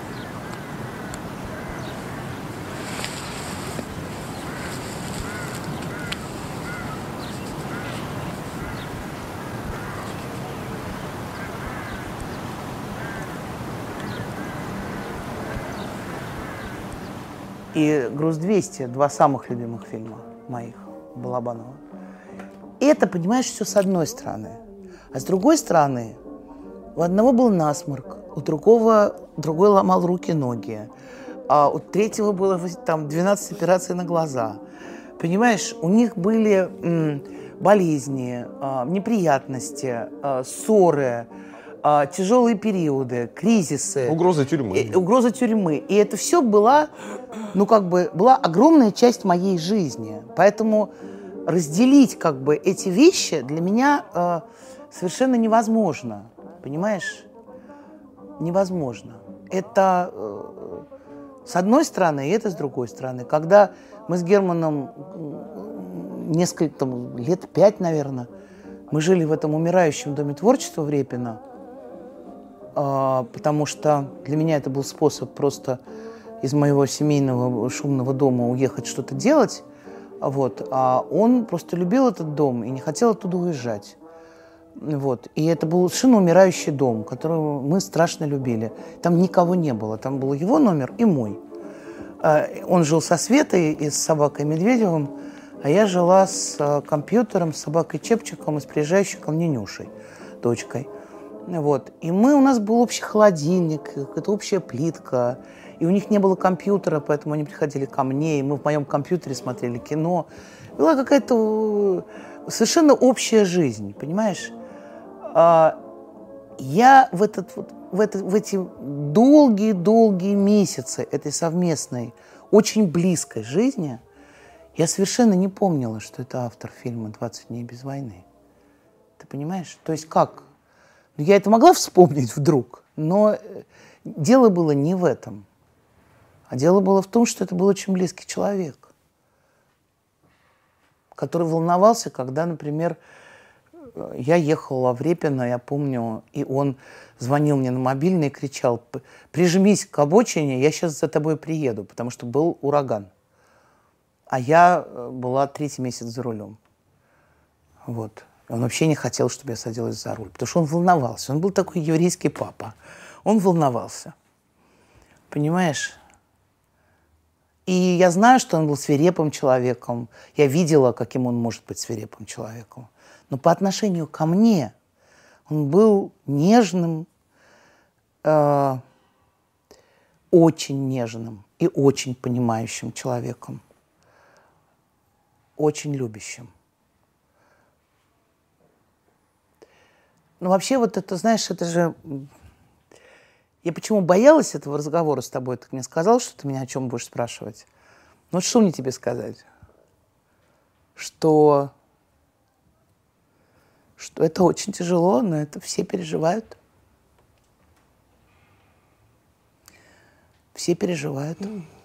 И «Груз-200» — два самых любимых фильма моих, Балабанова. И это, понимаешь, все с одной стороны. А с другой стороны, у одного был насморк, у другой ломал руки-ноги, а у третьего было там 12 операций на глаза. Понимаешь, у них были болезни, неприятности, ссоры, тяжелые периоды, кризисы. Угроза тюрьмы. Угроза тюрьмы. И это все была, ну, как бы, была огромная часть моей жизни. Поэтому разделить, как бы, эти вещи для меня совершенно невозможно. Понимаешь? Невозможно. Это с одной стороны, и это с другой стороны. Когда мы с Германом несколько, там, лет 5, наверное, мы жили в этом умирающем доме творчества в Репино, потому что для меня это был способ просто из моего семейного шумного дома уехать что-то делать. Вот. А он просто любил этот дом и не хотел оттуда уезжать. Вот. И это был совершенно умирающий дом, который мы страшно любили. Там никого не было. Там был его номер и мой. Он жил со Светой и с собакой Медведевым, а я жила с компьютером, с собакой Чепчиком и с приезжающей ко мне Нюшей, дочкой. Вот. И у нас был общий холодильник, это общая плитка. И у них не было компьютера, поэтому они приходили ко мне, и мы в моем компьютере смотрели кино. Была какая-то совершенно общая жизнь, понимаешь? Я в эти долгие месяцы этой совместной, очень близкой жизни, я совершенно не помнила, что это автор фильма «20 дней без войны». Ты понимаешь? То есть как? Я это могла вспомнить вдруг, но дело было не в этом. А дело было в том, что это был очень близкий человек, который волновался, когда, например, я ехала в Репино, я помню, и он звонил мне на мобильный и кричал: «Прижмись к обочине, я сейчас за тобой приеду», потому что был ураган. А я была 3-й месяц за рулем. Вот. Он вообще не хотел, чтобы я садилась за руль, потому что он волновался. Он был такой еврейский папа. Он волновался. Понимаешь? И я знаю, что он был свирепым человеком. Я видела, каким он может быть свирепым человеком. Но по отношению ко мне он был нежным, очень нежным и очень понимающим человеком. Очень любящим. Ну, вообще, вот это, знаешь, это же... Я почему боялась этого разговора с тобой? Ты мне сказал, что ты меня о чем будешь спрашивать? Ну, вот что мне тебе сказать? Что это очень тяжело, но это все переживают. Все переживают.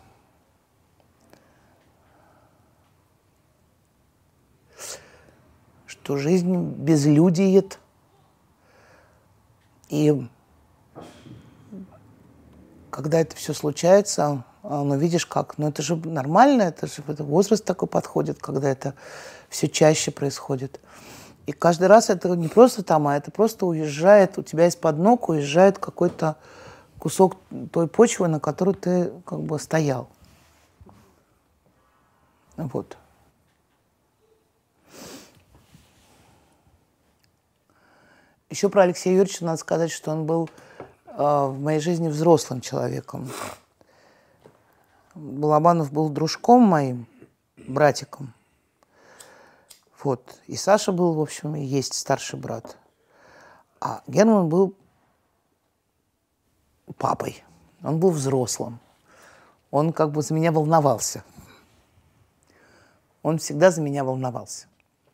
Что жизнь безлюдиет. И когда это все случается, ну, видишь как, ну, это же нормально, это возраст такой подходит, когда это все чаще происходит. И каждый раз это не просто там, а это просто уезжает, у тебя из-под ног уезжает какой-то кусок той почвы, на которой ты как бы стоял. Вот. Еще про Алексея Юрьевича надо сказать, что он был в моей жизни взрослым человеком. Балабанов был дружком моим, братиком. Вот. И Саша был, в общем, и есть старший брат. А Герман был папой. Он был взрослым. Он как бы за меня волновался. Он всегда за меня волновался.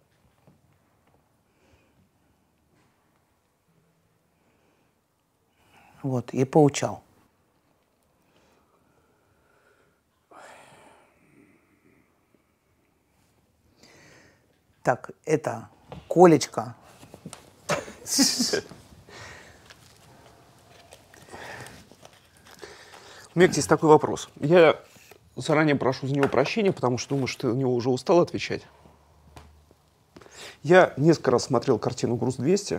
Вот, и поучал. Так, это Колечка. У меня есть такой вопрос. Я заранее прошу за него прощения, потому что думаю, что ты на него уже устал отвечать. Я несколько раз смотрел картину «Груз-200».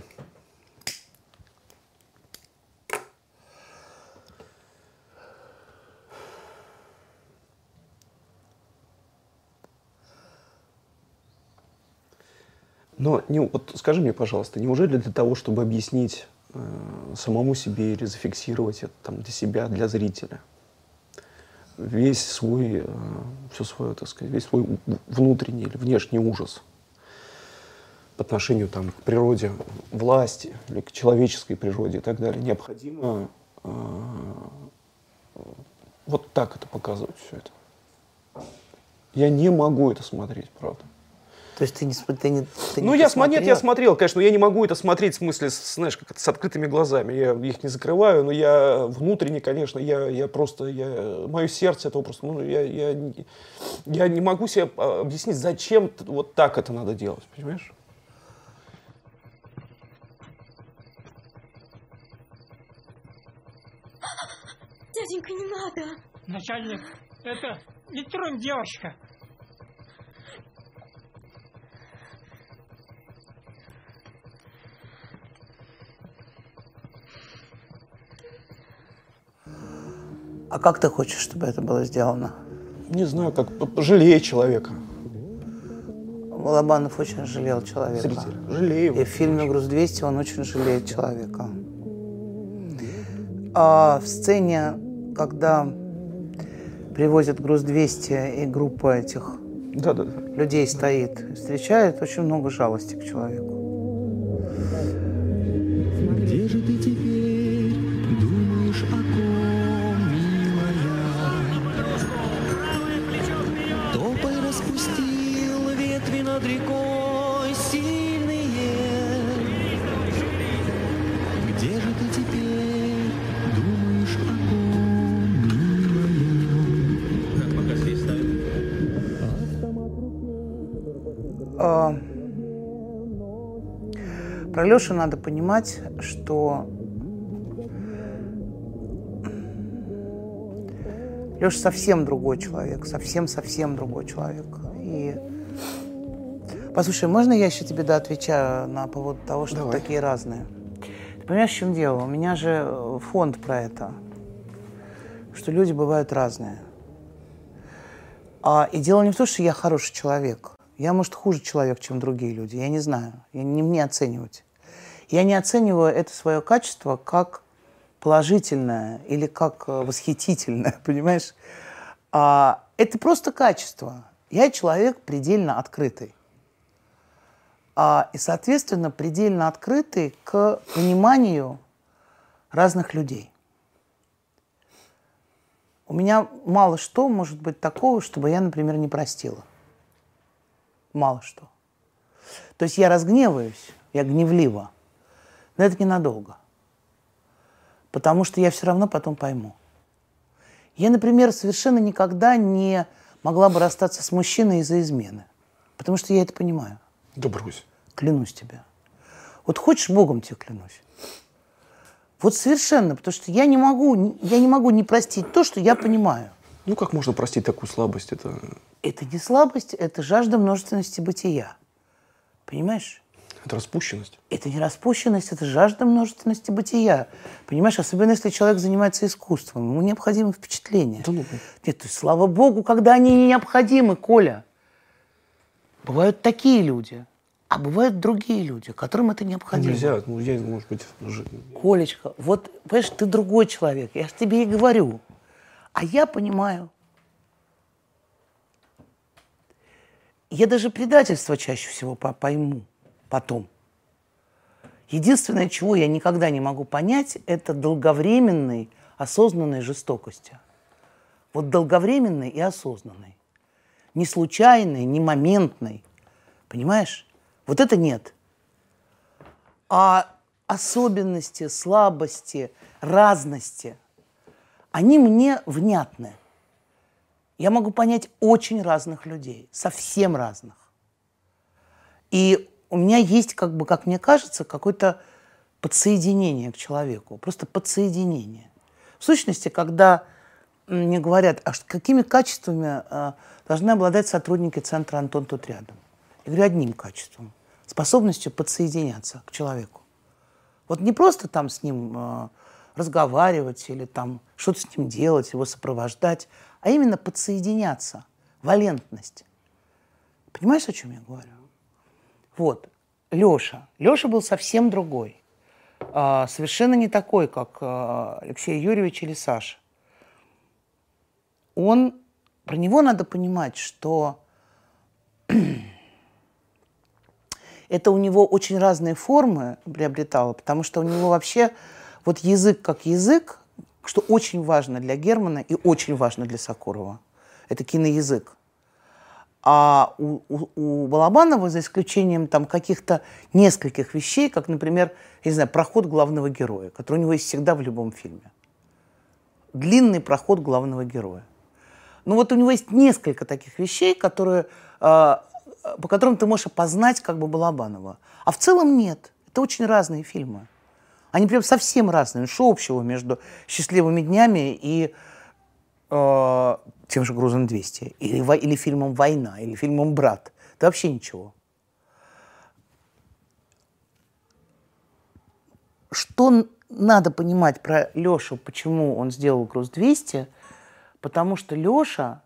Но вот скажи мне, пожалуйста, неужели для того, чтобы объяснить самому себе или зафиксировать это там, для себя, для зрителя, весь свой, так сказать, весь свой внутренний или внешний ужас, по отношению там, к природе власти или к человеческой природе и так далее, необходимо вот так это показывать все это. Я не могу это смотреть, правда. То есть ты не смотрел? Я смотрел, конечно, но я не могу это смотреть в смысле, знаешь, как это, с открытыми глазами. Я их не закрываю, но я внутренне, конечно, мое сердце этого просто, я не могу себе объяснить, зачем вот так это надо делать, понимаешь? Дяденька, не надо. Начальник, это не тронь, девочка. А как ты хочешь, чтобы это было сделано? Не знаю, как жалея человека. Балабанов очень жалел человека. Зритель, жалею его. И в фильме «Груз-200» он очень жалеет человека. А в сцене, когда привозят «Груз-200» и группа этих людей стоит, встречает очень много жалости к человеку. Где же ты теперь думаешь о ком, милая? Топай распустил ветви над рекой сильные. Где же ты теперь думаешь о ком, милая? Про Лешу надо понимать, что Леша совсем другой человек, совсем другой человек. И послушай, можно я еще тебе отвечаю на поводу того, что такие разные? Ты понимаешь, в чем дело? У меня же фонд про это, что люди бывают разные. И дело не в том, что я хороший человек. Я, может, хуже человек, чем другие люди. Я не знаю. Не мне оценивать. Я не оцениваю это свое качество как положительное или как восхитительное, понимаешь? Это просто качество. Я человек предельно открытый. И, соответственно, предельно открытый к пониманию разных людей. У меня мало что может быть такого, чтобы я, например, не простила. Мало что. То есть я разгневаюсь, я гневлива, но это ненадолго. Потому что я все равно потом пойму. Я, например, совершенно никогда не могла бы расстаться с мужчиной из-за измены. Потому что я это понимаю. Да брось. Клянусь тебе. Вот хочешь, Богом тебе клянусь. Вот совершенно, потому что я не могу не простить то, что я понимаю. Ну как можно простить такую слабость? Это не слабость, это жажда множественности бытия. Понимаешь? Это распущенность. Это не распущенность, это жажда множественности бытия. Понимаешь, особенно если человек занимается искусством, ему необходимы впечатления. Да ну. Нет, то есть, слава Богу, когда они не необходимы, Коля. Бывают такие люди, а бывают другие люди, которым это необходимо. Нельзя, я, может быть... Колечка, вот, понимаешь, ты другой человек, я же тебе и говорю. А я понимаю. Я даже предательство чаще всего пойму потом. Единственное, чего я никогда не могу понять, это долговременной осознанной жестокости. Вот долговременной и осознанной. Не случайной, не моментной. Понимаешь? Вот это нет. А особенности, слабости, разности, они мне внятны. Я могу понять очень разных людей, совсем разных. И у меня есть, как мне кажется, какое-то подсоединение к человеку, просто подсоединение. В сущности, когда мне говорят, а какими качествами должны обладать сотрудники центра «Антон тут рядом»? Я говорю, одним качеством – способностью подсоединяться к человеку. Вот не просто там с ним разговаривать или там что-то с ним делать, его сопровождать, а именно подсоединяться, валентность. Понимаешь, о чем я говорю? Вот, Леша. Леша был совсем другой. Совершенно не такой, как Алексей Юрьевич или Саша. Про него надо понимать, что это у него очень разные формы приобретало, потому что у него вообще вот язык как язык, что очень важно для Германа и очень важно для Сокурова. Это киноязык. А у Балабанова, за исключением там каких-то нескольких вещей, как, например, я не знаю, проход главного героя, который у него есть всегда в любом фильме. Длинный проход главного героя. Ну вот у него есть несколько таких вещей, которые, по которым ты можешь опознать как бы Балабанова. А в целом нет. Это очень разные фильмы. Они прям совсем разные. Что общего между «Счастливыми днями» и тем же «Грузом-200», или фильмом «Война», или фильмом «Брат». Это вообще ничего. Что надо понимать про Лешу, почему он сделал «Груз-200», потому что Леша,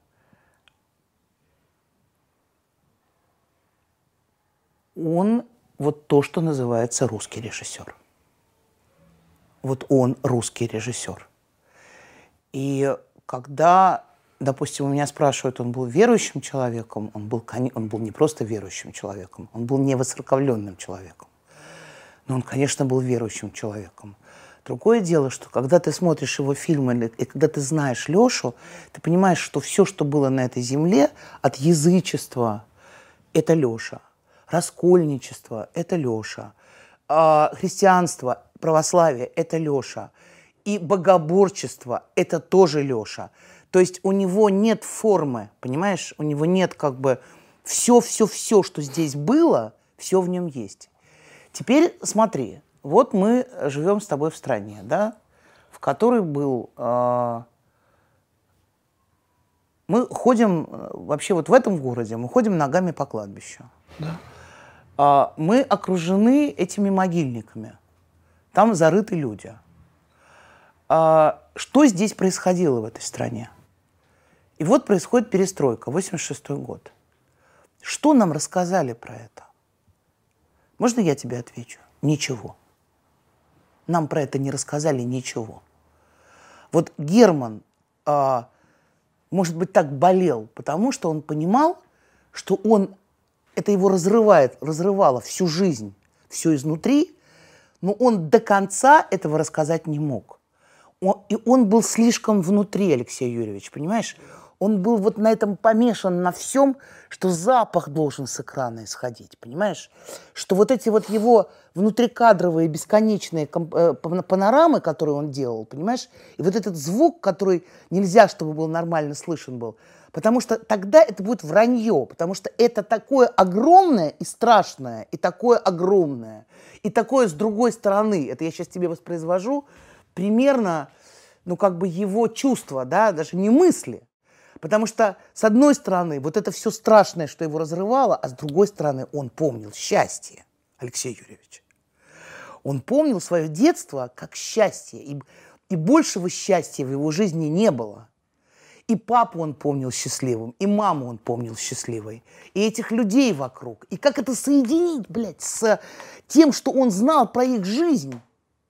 он вот то, что называется русский режиссер. Вот он русский режиссер. И когда, допустим, у меня спрашивают, он был верующим человеком, он был не просто верующим человеком, он был невоцерковленным человеком. Но он, конечно, был верующим человеком. Другое дело, что когда ты смотришь его фильмы, и когда ты знаешь Лешу, ты понимаешь, что все, что было на этой земле, от язычества – это Леша, раскольничество – это Леша, христианство, православие – это Леша, и богоборчество – это тоже Леша. То есть у него нет формы, понимаешь? У него нет как бы все, что здесь было, все в нем есть. Теперь смотри, вот мы живем с тобой в стране, да, в которой был... мы ходим, вообще вот в этом городе, мы ходим ногами по кладбищу. Да. Мы окружены этими могильниками. Там зарыты люди. Что здесь происходило в этой стране? И вот происходит перестройка, 86-й год. Что нам рассказали про это? Можно я тебе отвечу? Ничего. Нам про это не рассказали ничего. Вот Герман, может быть, так болел, потому что он понимал, что это его разрывало всю жизнь, все изнутри, но он до конца этого рассказать не мог. И он был слишком внутри, Алексей Юрьевич, понимаешь? Он был вот на этом помешан, на всем, что запах должен с экрана исходить, понимаешь? Что вот эти вот его внутрикадровые бесконечные панорамы, которые он делал, понимаешь? И вот этот звук, который нельзя, чтобы был нормально слышен был. Потому что тогда это будет вранье, потому что это такое огромное и страшное, и такое огромное, и такое с другой стороны. Это я сейчас тебе воспроизвожу примерно, ну как бы его чувства, да, даже не мысли. Потому что, с одной стороны, вот это все страшное, что его разрывало, а с другой стороны, он помнил счастье, Алексей Юрьевич. Он помнил свое детство как счастье, и большего счастья в его жизни не было. И папу он помнил счастливым, и маму он помнил счастливой, и этих людей вокруг. И как это соединить, блядь, с тем, что он знал про их жизнь?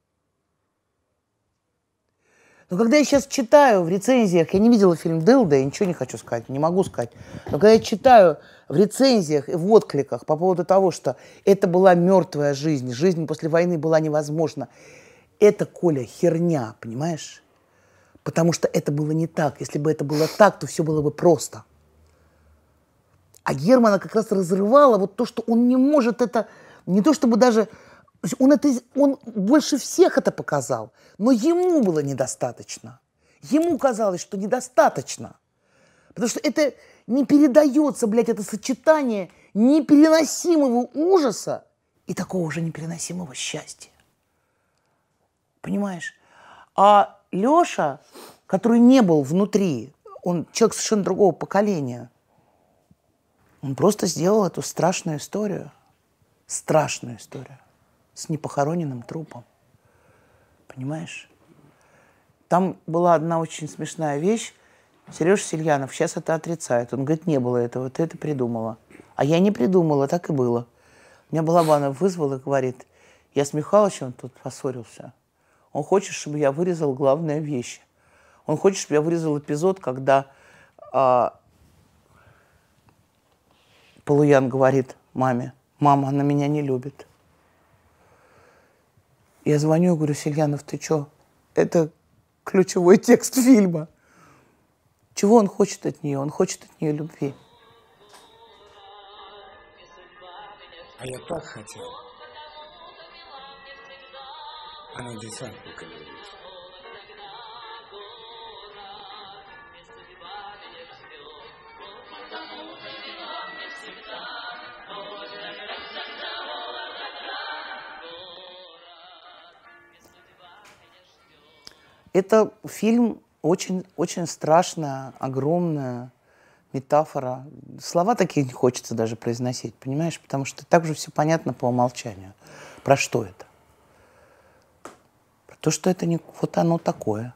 Но когда я сейчас читаю в рецензиях, я не видела фильм «Дылда», я ничего не хочу сказать, не могу сказать, но когда я читаю в рецензиях и в откликах по поводу того, что это была мертвая жизнь, жизнь после войны была невозможна, это, Коля, херня, понимаешь? Потому что это было не так. Если бы это было так, то все было бы просто. А Германа как раз разрывало вот то, что он не может это, не то чтобы даже... Он больше всех это показал, но ему было недостаточно. Ему казалось, что недостаточно. Потому что это не передается, блядь, это сочетание непереносимого ужаса и такого же непереносимого счастья. Понимаешь? А Леша, который не был внутри, он человек совершенно другого поколения, он просто сделал эту страшную историю. Страшную историю. С непохороненным трупом. Понимаешь? Там была одна очень смешная вещь. Сережа Сельянов сейчас это отрицает. Он говорит, не было этого, ты это придумала. А я не придумала, так и было. Меня Балабанов вызвал и говорит, я с Михалычем тут поссорился. Он хочет, чтобы я вырезал главные вещи. Он хочет, чтобы я вырезал эпизод, когда Полуян говорит маме, Мама, она меня не любит. Я звоню и говорю, Сельянов, ты чё? Это ключевой текст фильма. Чего он хочет от нее? Он хочет от нее любви. А я так хотел. Она десантника любит. Это фильм очень, очень страшная, огромная метафора. Слова такие не хочется даже произносить, понимаешь? Потому что так же все понятно по умолчанию. Про что это? Про то, что это не вот оно такое.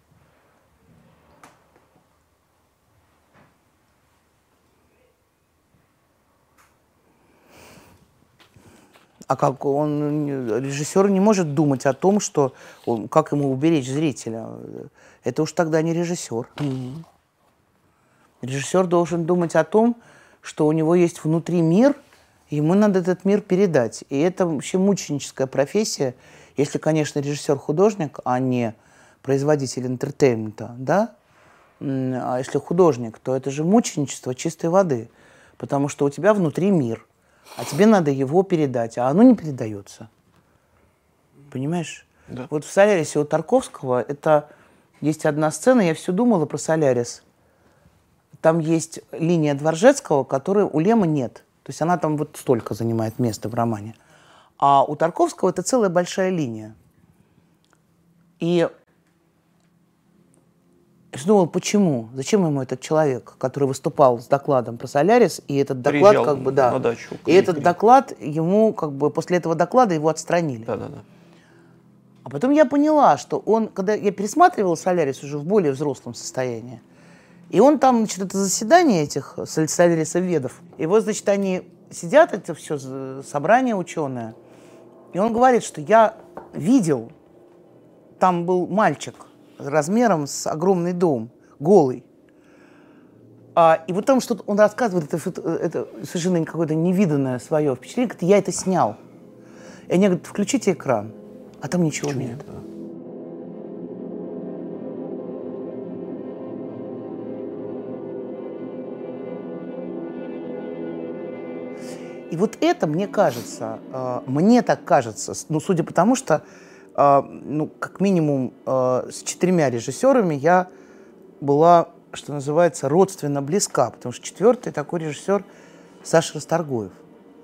А как режиссер не может думать о том, что как ему уберечь зрителя. Это уж тогда не режиссер. Режиссер должен думать о том, что у него есть внутри мир, и ему надо этот мир передать. И это вообще мученическая профессия, если, конечно, режиссер-художник, а не производитель интертеймента, да? А если художник, то это же мученичество чистой воды, потому что у тебя внутри мир. А тебе надо его передать, а оно не передается. Понимаешь? Да. Вот в «Солярисе» у Тарковского есть одна сцена, я все думала про «Солярис». Там есть линия Дворжецкого, которой у Лема нет. То есть она там вот столько занимает места в романе. А у Тарковского это целая большая линия. И я думала, почему? Зачем ему этот человек, который выступал с докладом про «Солярис», и этот доклад Приезжал как бы, да, на дачу. и этот доклад ему как бы после этого доклада его отстранили. Да. А потом я поняла, что он, когда я пересматривала «Солярис» уже в более взрослом состоянии, и он там, значит, это заседание этих солярисоведов, и вот, значит, они сидят, это все собрание ученое, и он говорит, что я видел, там был мальчик размером с огромный дом, голый. И вот там что-то он рассказывает, это совершенно какое-то невиданное свое впечатление, говорит, я это снял. И они говорят, включите экран, а там ничего нет. Да. И вот это, мне кажется, мне так кажется, ну, судя по тому, что, ну, как минимум с 4 режиссерами я была, что называется, родственно близка, потому что 4-й такой режиссер Саша Расторгуев.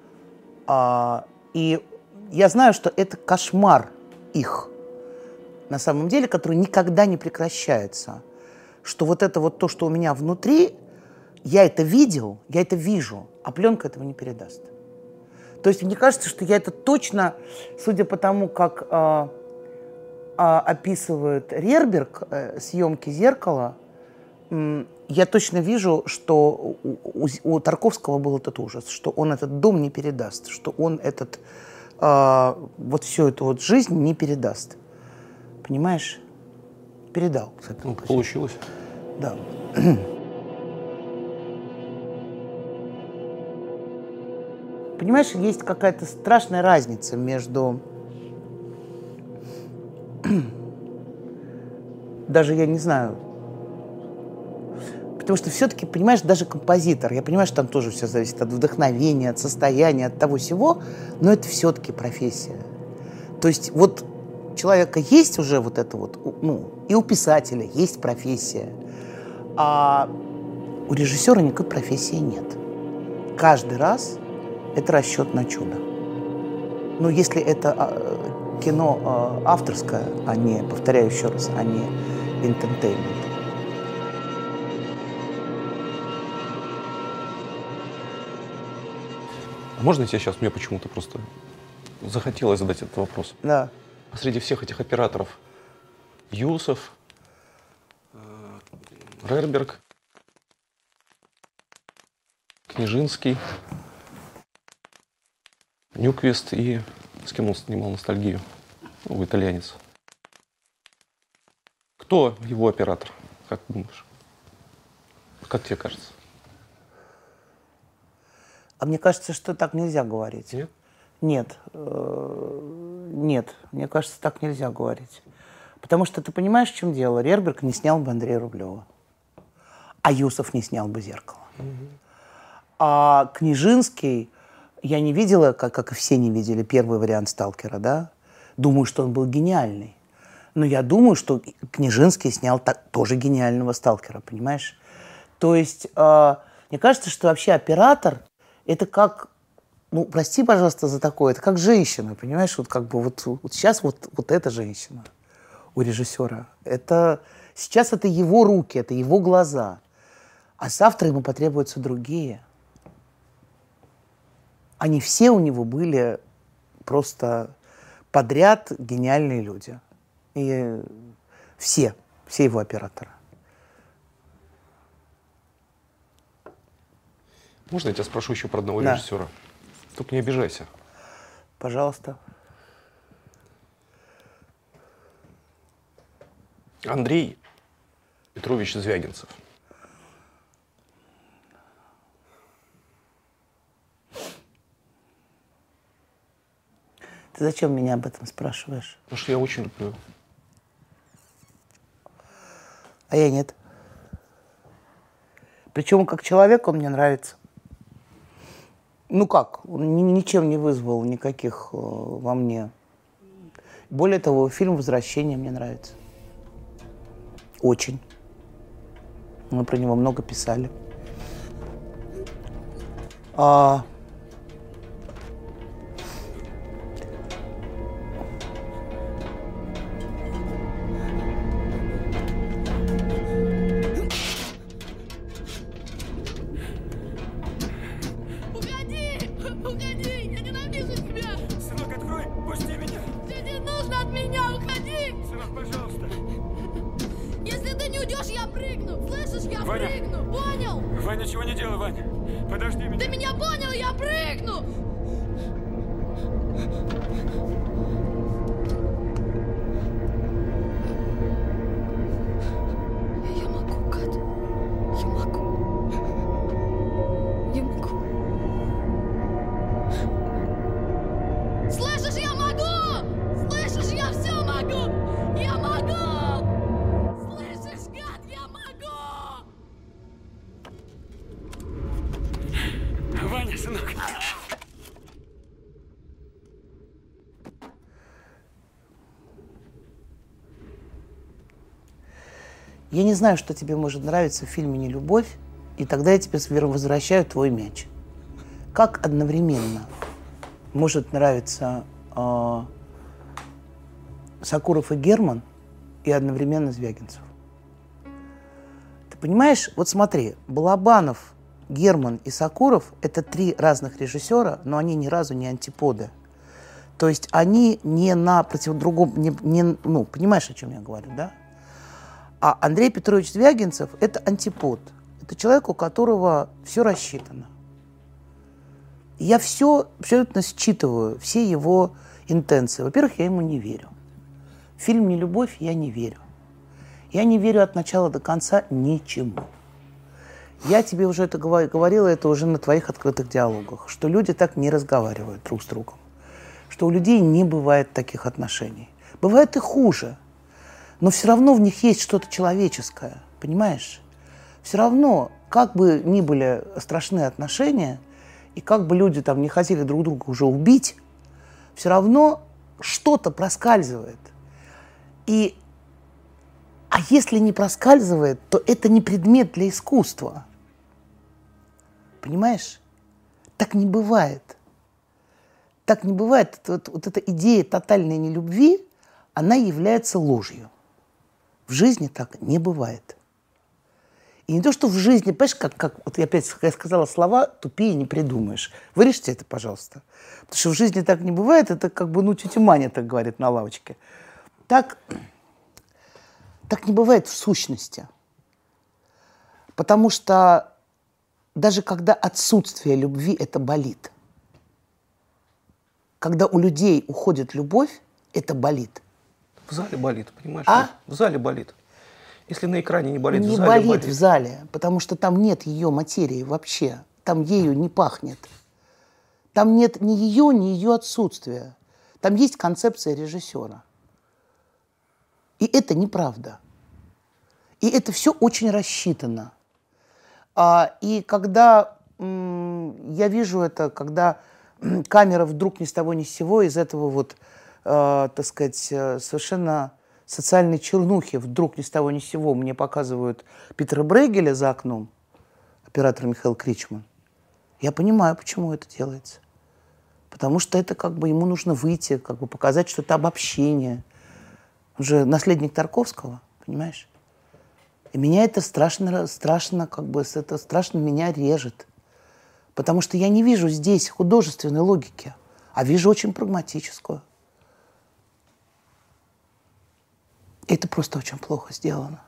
И я знаю, что это кошмар их, на самом деле, который никогда не прекращается. Что вот это вот то, что у меня внутри, я это видел, я это вижу, а пленка этого не передаст. То есть мне кажется, что я это точно, судя по тому, как описывает Рерберг съемки «Зеркала», я точно вижу, что у Тарковского был этот ужас, что он этот дом не передаст, что он вот всю эту вот жизнь не передаст. Понимаешь? Передал. Ну, получилось. Да. Понимаешь, есть какая-то страшная разница между... Даже, я не знаю... Потому что все-таки, понимаешь, даже композитор, я понимаю, что там тоже все зависит от вдохновения, от состояния, от того всего, но это все-таки профессия. То есть вот у человека есть уже вот это вот, ну, и у писателя есть профессия, а у режиссера никакой профессии нет. Каждый раз это расчет на чудо. Ну, если это кино авторское, а не, повторяю еще раз, а не entertainment. А можно я сейчас, мне почему-то просто захотелось задать этот вопрос? Да. А среди всех этих операторов Юсов, Рерберг, Княжинский, Нюквист и с кем он снимал «Ностальгию», ну, итальянец. Кто его оператор, как думаешь? Как тебе кажется? А мне кажется, что так нельзя говорить. Нет? Нет. Нет, мне кажется, так нельзя говорить. Потому что ты понимаешь, в чем дело? Рерберг не снял бы Андрея Рублева. А Юсов не снял бы «Зеркало». А Книжинский, я не видела, как и все не видели, первый вариант «Сталкера», да? Думаю, что он был гениальный. Но я думаю, что Книжинский снял тоже гениального «Сталкера», понимаешь? То есть, мне кажется, что вообще оператор – это как, ну, прости, пожалуйста, за такое, это как женщина, понимаешь? Вот как бы вот сейчас вот эта женщина у режиссера. Сейчас это его руки, это его глаза. А завтра ему потребуются другие. Они все у него были просто подряд гениальные люди. И все его операторы. Можно я тебя спрошу еще про одного Да. режиссера? Только не обижайся. Пожалуйста. Андрей Петрович Звягинцев. Ты зачем меня об этом спрашиваешь? Потому что я очень люблю. А я нет. Причем как человек он мне нравится. Ну как, он ничем не вызвал никаких во мне. Более того, фильм «Возвращение» мне нравится. Очень. Мы про него много писали. Уходи! Уходи! Я ненавижу тебя! Сынок, открой! Пусти меня! Тебе не нужно от меня! Уходи! Сынок, пожалуйста! Если ты не уйдешь, я прыгну! Слышишь, я Ваня! прыгну! Понял? Ваня, ничего не делай, Ваня! Подожди меня! Ты меня понял? Я прыгну! Я могу, Кат. Я могу. Я могу. Слышишь, я могу! Слышишь, я все могу! Я могу! Слышишь, гад, я могу! Ваня, сынок! Я не знаю, что тебе может нравиться в фильме «Нелюбовь», и тогда я тебе возвращаю твой мяч. Как одновременно может нравиться Сокуров и Герман и одновременно Звягинцев? Ты понимаешь, вот смотри, Балабанов, Герман и Сокуров – это три разных режиссера, но они ни разу не антиподы. То есть они не на другом, ну, понимаешь, о чем я говорю, да? А Андрей Петрович Звягинцев – это антипод. Это человек, у которого все рассчитано. И я все абсолютно считываю, все его интенции. Во-первых, я ему не верю. В фильм «Нелюбовь» я не верю. Я не верю от начала до конца ничему. Я тебе уже это говорила, это уже на твоих открытых диалогах, что люди так не разговаривают друг с другом. Что у людей не бывает таких отношений. Бывает и хуже. Но все равно в них есть что-то человеческое, понимаешь? Все равно, как бы ни были страшны отношения, и как бы люди там не хотели друг друга уже убить, все равно что-то проскальзывает. А если не проскальзывает, то это не предмет для искусства. Понимаешь? Так не бывает. Так не бывает. Вот эта идея тотальной нелюбви, она является ложью. В жизни так не бывает. И не то, что в жизни, понимаешь, как вот я опять сказала слова, тупее не придумаешь. Вырежьте это, пожалуйста. Потому что в жизни так не бывает, это как бы, ну, тетя Маня так говорит на лавочке. Так не бывает в сущности. Потому что даже когда отсутствие любви, это болит. Когда у людей уходит любовь, это болит. В зале болит, понимаешь? А? В зале болит. Если на экране не болит, в Не зале болит болит. в зале, потому что там нет ее материи вообще. Там ею не пахнет. Там нет ни ее отсутствия. Там есть концепция режиссера. И это неправда. И это все очень рассчитано. И когда я вижу это, когда камера вдруг ни с того ни с сего из этого вот, так сказать, совершенно социальной чернухи вдруг ни с того ни с сего мне показывают Питера Брейгеля за окном, оператор Михаил Кричман, я понимаю, почему это делается. Потому что это как бы ему нужно выйти, как бы показать что-то обобщение. Он же наследник Тарковского, понимаешь? И меня это страшно, как бы, это страшно меня режет. Потому что я не вижу здесь художественной логики, а вижу очень прагматическую. Это просто очень плохо сделано.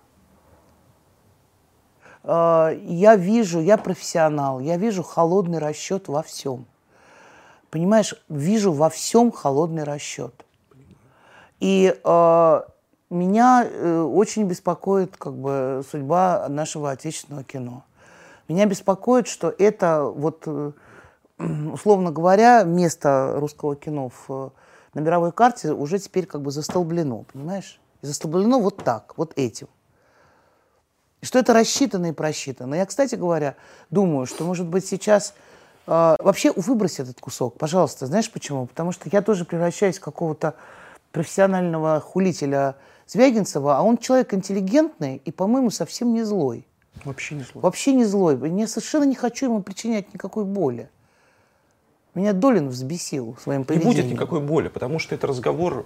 Я вижу, я профессионал, я вижу холодный расчет во всем. Понимаешь, вижу во всем холодный расчет. И меня очень беспокоит как бы судьба нашего отечественного кино. Меня беспокоит, что это, вот, условно говоря, место русского кино на мировой карте уже теперь как бы застолблено, понимаешь? И застолблено вот так, вот этим. И что это рассчитано и просчитано. Я, кстати говоря, думаю, что, может быть, сейчас вообще выбрось этот кусок, пожалуйста. Знаешь почему? Потому что я тоже превращаюсь в какого-то профессионального хулителя Звягинцева, а он человек интеллигентный и, по-моему, совсем не злой. Вообще не злой. Вообще не злой. Я совершенно не хочу ему причинять никакой боли. Меня Долин взбесил своим поведением. Не будет никакой боли, потому что это разговор...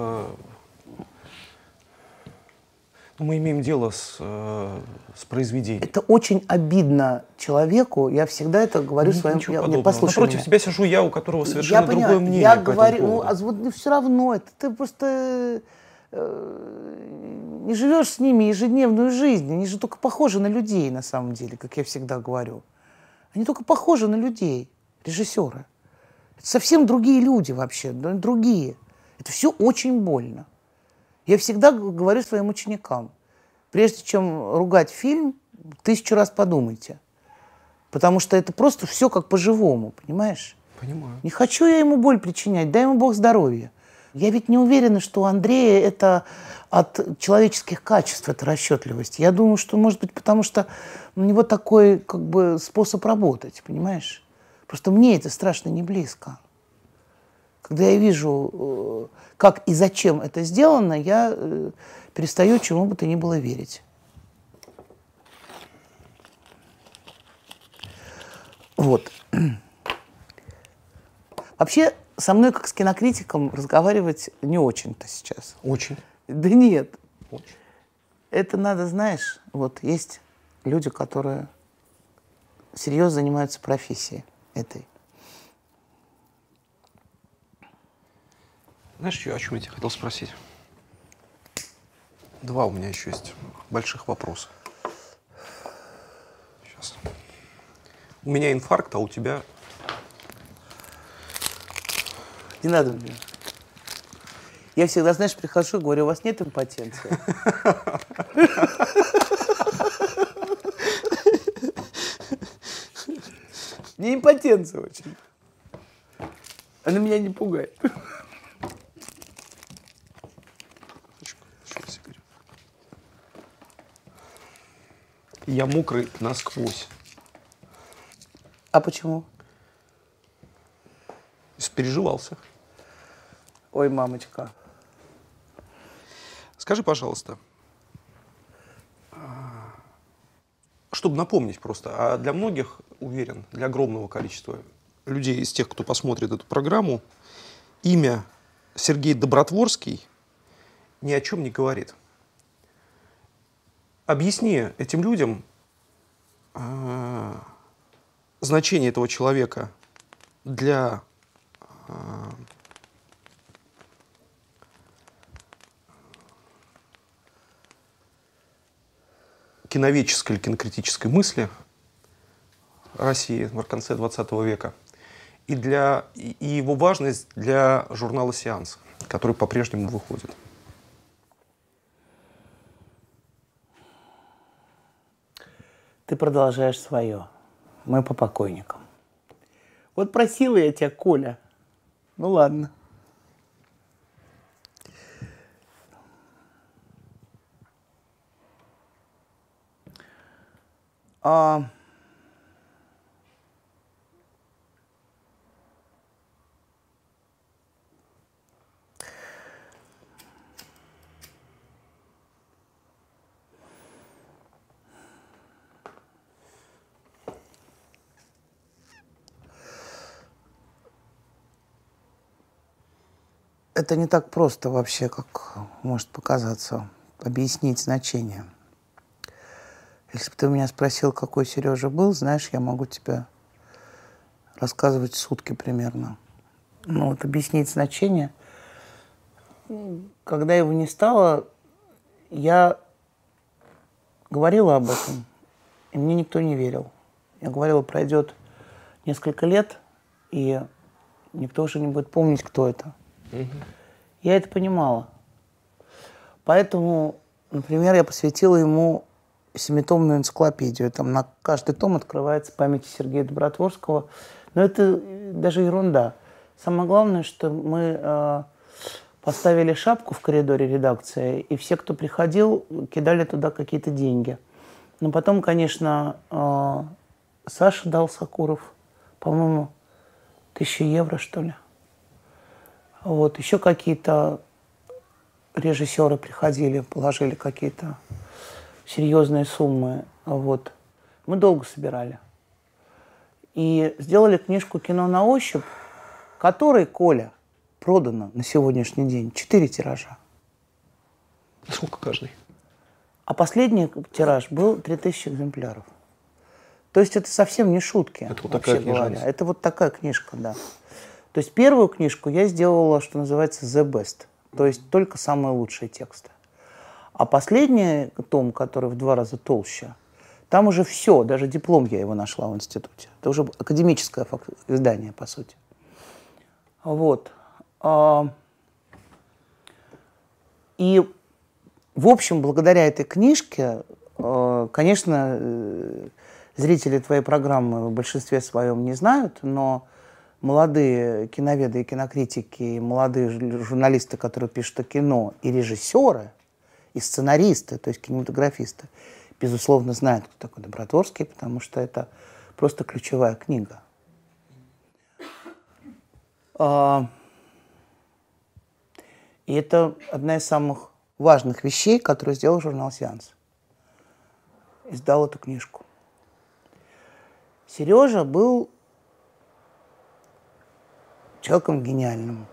мы имеем дело с произведением. Это очень обидно человеку. Я всегда это говорю своим... Послушай, напротив тебя сижу я, у которого совершенно другое мнение. Я говорю, вот все равно, ты просто не живешь с ними ежедневную жизнь. Они же только похожи на людей, на самом деле, как я всегда говорю. Они только похожи на людей, режиссеры. Это совсем другие люди вообще, другие. Это все очень больно. Я всегда говорю своим ученикам, прежде чем ругать фильм, 1000 раз подумайте. Потому что это просто все как по-живому, понимаешь? Понимаю. Не хочу я ему боль причинять, дай ему Бог здоровья. Я ведь не уверена, что у Андрея это от человеческих качеств, это расчетливость. Я думаю, что, может быть, потому что у него такой как бы способ работать, понимаешь? Просто мне это страшно не близко. Когда я вижу, как и зачем это сделано, я перестаю чему бы то ни было верить. Вот. Вообще, со мной, как с кинокритиком, разговаривать не очень-то сейчас. Очень. Да нет. Очень. Это надо, знаешь, вот есть люди, которые серьезно занимаются профессией этой. Знаешь, о чем я тебя хотел спросить? 2 у меня еще есть больших вопроса. Сейчас. У меня инфаркт, а у тебя... Не надо мне. Я всегда, знаешь, прихожу и говорю, у вас нет импотенции? Не импотенция очень. Она меня не пугает. Я мокрый насквозь. А почему? Переживался. Ой, мамочка. Скажи, пожалуйста, чтобы напомнить просто, а для многих, уверен, для огромного количества людей, из тех, кто посмотрит эту программу, имя Сергей Добротворский ни о чем не говорит. Объясни этим людям значение этого человека для киноведческой или кинокритической мысли России в конце 20 века и его важность для журнала «Сеанс», который по-прежнему выходит. Ты продолжаешь свое. Мы по покойникам. Вот просила я тебя, Коля. Ну ладно. Это не так просто вообще, как может показаться, объяснить значение. Если бы ты меня спросил, какой Сережа был, знаешь, я могу тебе рассказывать сутки примерно. Ну вот объяснить значение. Когда его не стало, я говорила об этом, и мне никто не верил. Я говорила, пройдет несколько лет, и никто уже не будет помнить, кто это. Я это понимала. Поэтому, например, я посвятила ему 7-томную энциклопедию. Там на каждый том открывается память Сергея Добротворского. Но это даже ерунда. Самое главное, что мы поставили шапку в коридоре редакции, и все, кто приходил, кидали туда какие-то деньги. Но потом, конечно, Саша дал Сакуров, по-моему, 1000 евро, что ли. Вот, еще какие-то режиссеры приходили, положили какие-то серьезные суммы. Вот. Мы долго собирали. И сделали книжку «Кино на ощупь», которой, Коля, продано на сегодняшний день 4 тиража. Сколько каждый? А последний тираж был 3000 экземпляров. То есть это совсем не шутки, это вот вообще такая говоря. Это вот такая книжка, да. То есть первую книжку я сделала, что называется, the best. То есть только самые лучшие тексты. А последний том, который в 2 раза толще, там уже все, даже диплом я его нашла в институте. Это уже академическое издание, по сути. Вот. И, в общем, благодаря этой книжке, конечно, зрители твоей программы в большинстве своем не знают, но молодые киноведы и кинокритики, и молодые журналисты, которые пишут о кино, и режиссеры, и сценаристы, то есть кинематографисты, безусловно, знают, кто такой Добротворский, потому что это просто ключевая книга. И это одна из самых важных вещей, которую сделал журнал «Сеанс». Издал эту книжку. Сережа был человеком гениальным.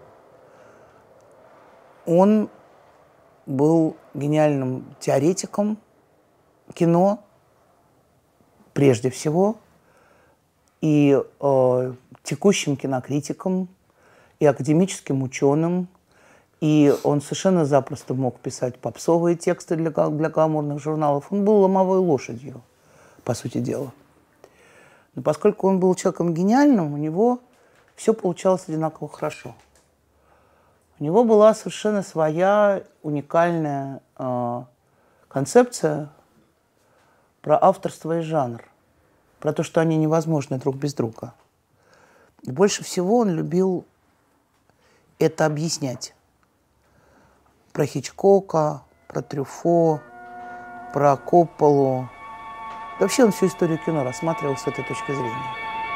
Он был гениальным теоретиком кино, прежде всего, и текущим кинокритиком, и академическим ученым. И он совершенно запросто мог писать попсовые тексты для гламурных журналов. Он был ломовой лошадью, по сути дела. Но поскольку он был человеком гениальным, у него все получалось одинаково хорошо. У него была совершенно своя уникальная концепция про авторство и жанр, про то, что они невозможны друг без друга. И больше всего он любил это объяснять. Про Хичкока, про Трюфо, про Копполу. Вообще он всю историю кино рассматривал с этой точки зрения.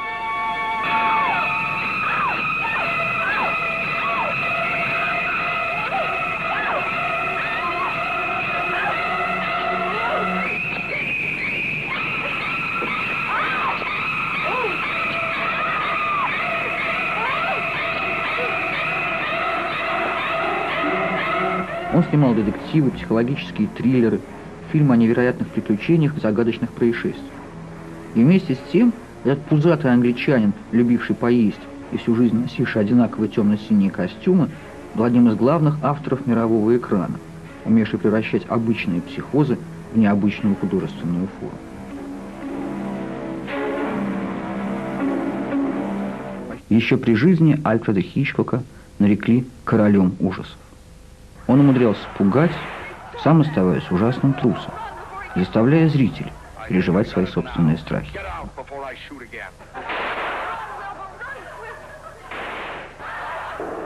Он снимал детективы, психологические триллеры, фильмы о невероятных приключениях и загадочных происшествиях. И вместе с тем, этот пузатый англичанин, любивший поесть и всю жизнь носивший одинаковые темно-синие костюмы, был одним из главных авторов мирового экрана, умевший превращать обычные психозы в необычную художественную форму. Еще при жизни Альфреда Хичкока нарекли королем ужасов. Он умудрялся пугать, сам оставаясь ужасным трусом, заставляя зрителей переживать свои собственные страхи.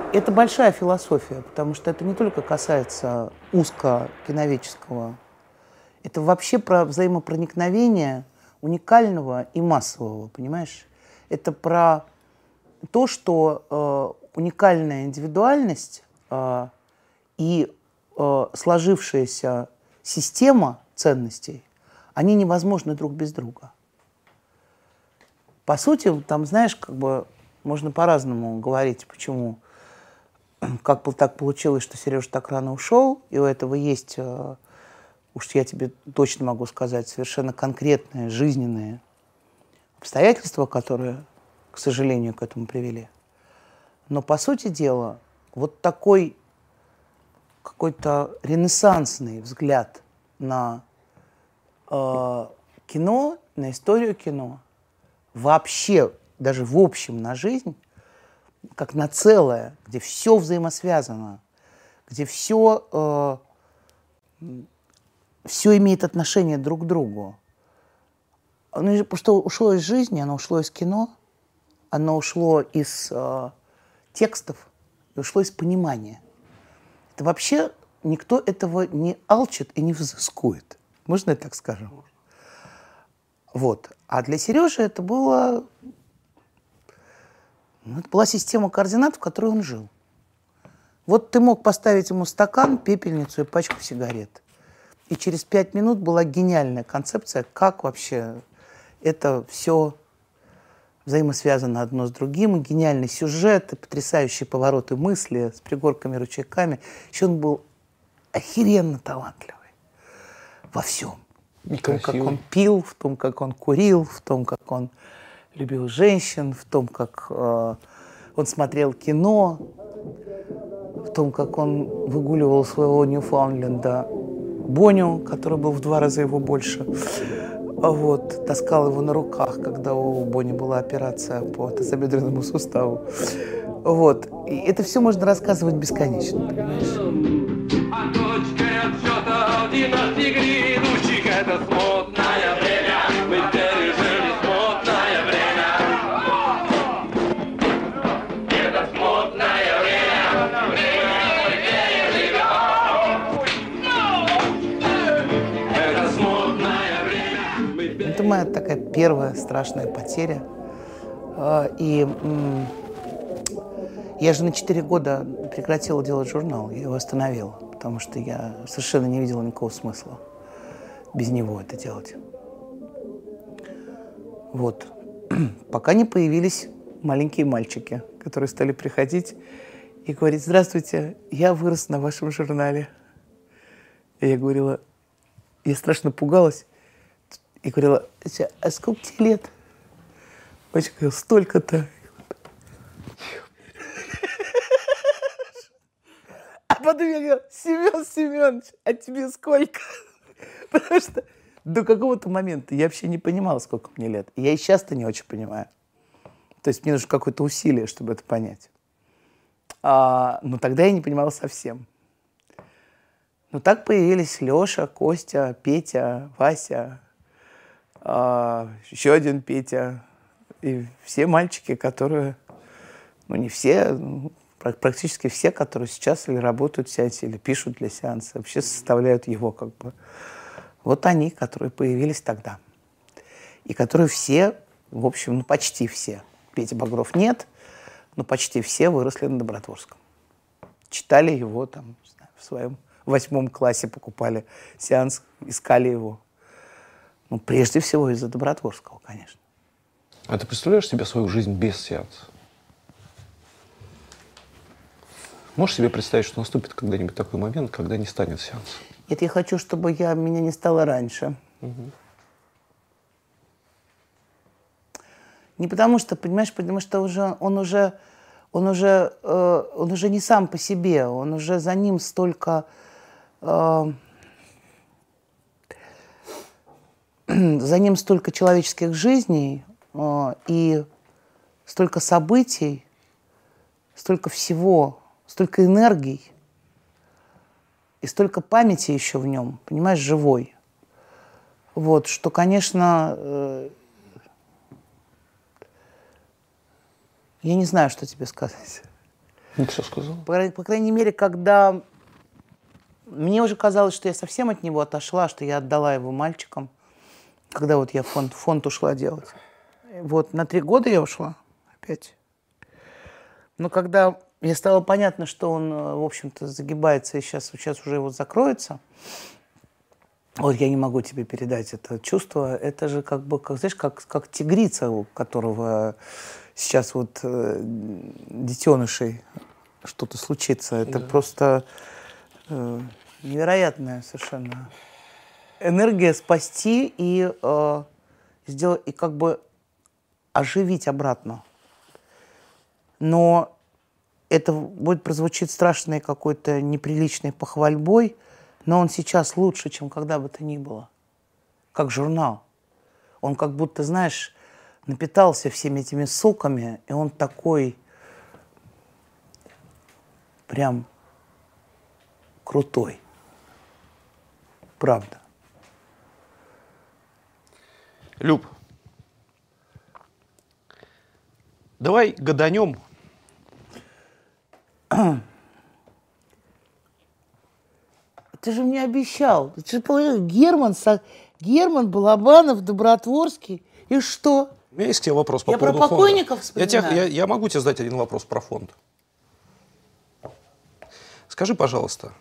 Это большая философия, потому что это не только касается узко киноведческого, это вообще про взаимопроникновение уникального и массового, понимаешь? Это про то, что уникальная индивидуальность и сложившаяся система ценностей, они невозможны друг без друга. По сути, там, знаешь, как бы можно по-разному говорить, почему, как бы так получилось, что Сережа так рано ушел, и у этого есть, уж я тебе точно могу сказать, совершенно конкретные жизненные обстоятельства, которые, к сожалению, к этому привели. Но, по сути дела, вот такой какой-то ренессансный взгляд на кино, на историю кино, вообще, даже в общем на жизнь, как на целое, где все взаимосвязано, где все имеет отношение друг к другу. Оно просто ушло из жизни, оно ушло из кино, оно ушло из текстов и ушло из понимания. Это вообще никто этого не алчит и не взыскует. Можно я так скажу? Вот. А для Сережи это была система координат, в которой он жил. Вот ты мог поставить ему стакан, пепельницу и пачку сигарет. И через 5 минут была гениальная концепция, как вообще это все взаимосвязано одно с другим. И гениальный сюжет, и потрясающие повороты мысли с пригорками, ручейками. Еще он был охеренно талантливый во всем. В том, как он пил, в том, как он курил, в том, как он любил женщин, в том, как он смотрел кино, в том, как он выгуливал своего Ньюфаундленда Боню, который был в 2 раза его больше. Вот, таскал его на руках, когда у Бони была операция по тазобедренному суставу. Вот. И это все можно рассказывать бесконечно, понимаешь? А точка отсчета 11 грядущих — это смутное время. Мы пережили смутное время. Это смутное время. Мы переживем. Это смутное время. Это моя такая первая страшная потеря. И я же на 4 года прекратила делать журнал, я его остановила, потому что я совершенно не видела никакого смысла без него это делать. Вот. Пока не появились маленькие мальчики, которые стали приходить и говорить: «Здравствуйте, я вырос на вашем журнале». И я говорила, я страшно пугалась, и говорила: «А сколько тебе лет?» Мальчик говорил: «Столько-то». А потом я говорю: «Семен Семенович, а тебе сколько?» Потому что до какого-то момента я вообще не понимала, сколько мне лет. И я и сейчас-то не очень понимаю. То есть мне нужно какое-то усилие, чтобы это понять. Но тогда я не понимала совсем. Но так появились Леша, Костя, Петя, Вася, еще один Петя. И все мальчики, которые... Ну, не все... Практически все, которые сейчас или работают в сеансе, или пишут для сеанса, вообще составляют его как бы. Вот они, которые появились тогда. И которые все, в общем, ну почти все. Петя Багров нет, но почти все выросли на Добротворском. Читали его там, не знаю, в своем 8 классе, покупали сеанс, искали его. Ну, прежде всего из-за Добротворского, конечно. А ты представляешь себе свою жизнь без сеанса? Можешь себе представить, что наступит когда-нибудь такой момент, когда не станет сеанса? Нет, я хочу, чтобы меня не стало раньше. Угу. Не потому что, понимаешь, потому что он уже не сам по себе, он уже за ним столько... за ним столько человеческих жизней и столько событий, столько всего, столько энергий и столько памяти еще в нем, понимаешь, живой. Вот, что, конечно, я не знаю, что тебе сказать. Ну, все сказал. По крайней мере, когда мне уже казалось, что я совсем от него отошла, что я отдала его мальчикам, когда вот я фонд ушла делать. Вот на 3 года я ушла опять. Но когда мне стало понятно, что он, в общем-то, загибается и сейчас уже его закроется, вот я не могу тебе передать это чувство. Это же как бы, знаешь, как тигрица, у которого сейчас вот детенышей что-то случится. Это просто невероятная совершенно энергия спасти и сделать, и как бы оживить обратно. Но это будет прозвучит страшной какой-то неприличной похвальбой, но он сейчас лучше, чем когда бы то ни было. Как журнал. Он как будто, знаешь, напитался всеми этими соками, и он такой прям крутой. Правда. Люб, давай гаданем. Ты же мне обещал. Ты же понял, Герман, Балабанов, Добротворский. И что? У меня есть к тебе вопрос по Я поводу про покойников фонда. вспоминаю. Я могу тебе задать один вопрос про фонд? Скажи, пожалуйста,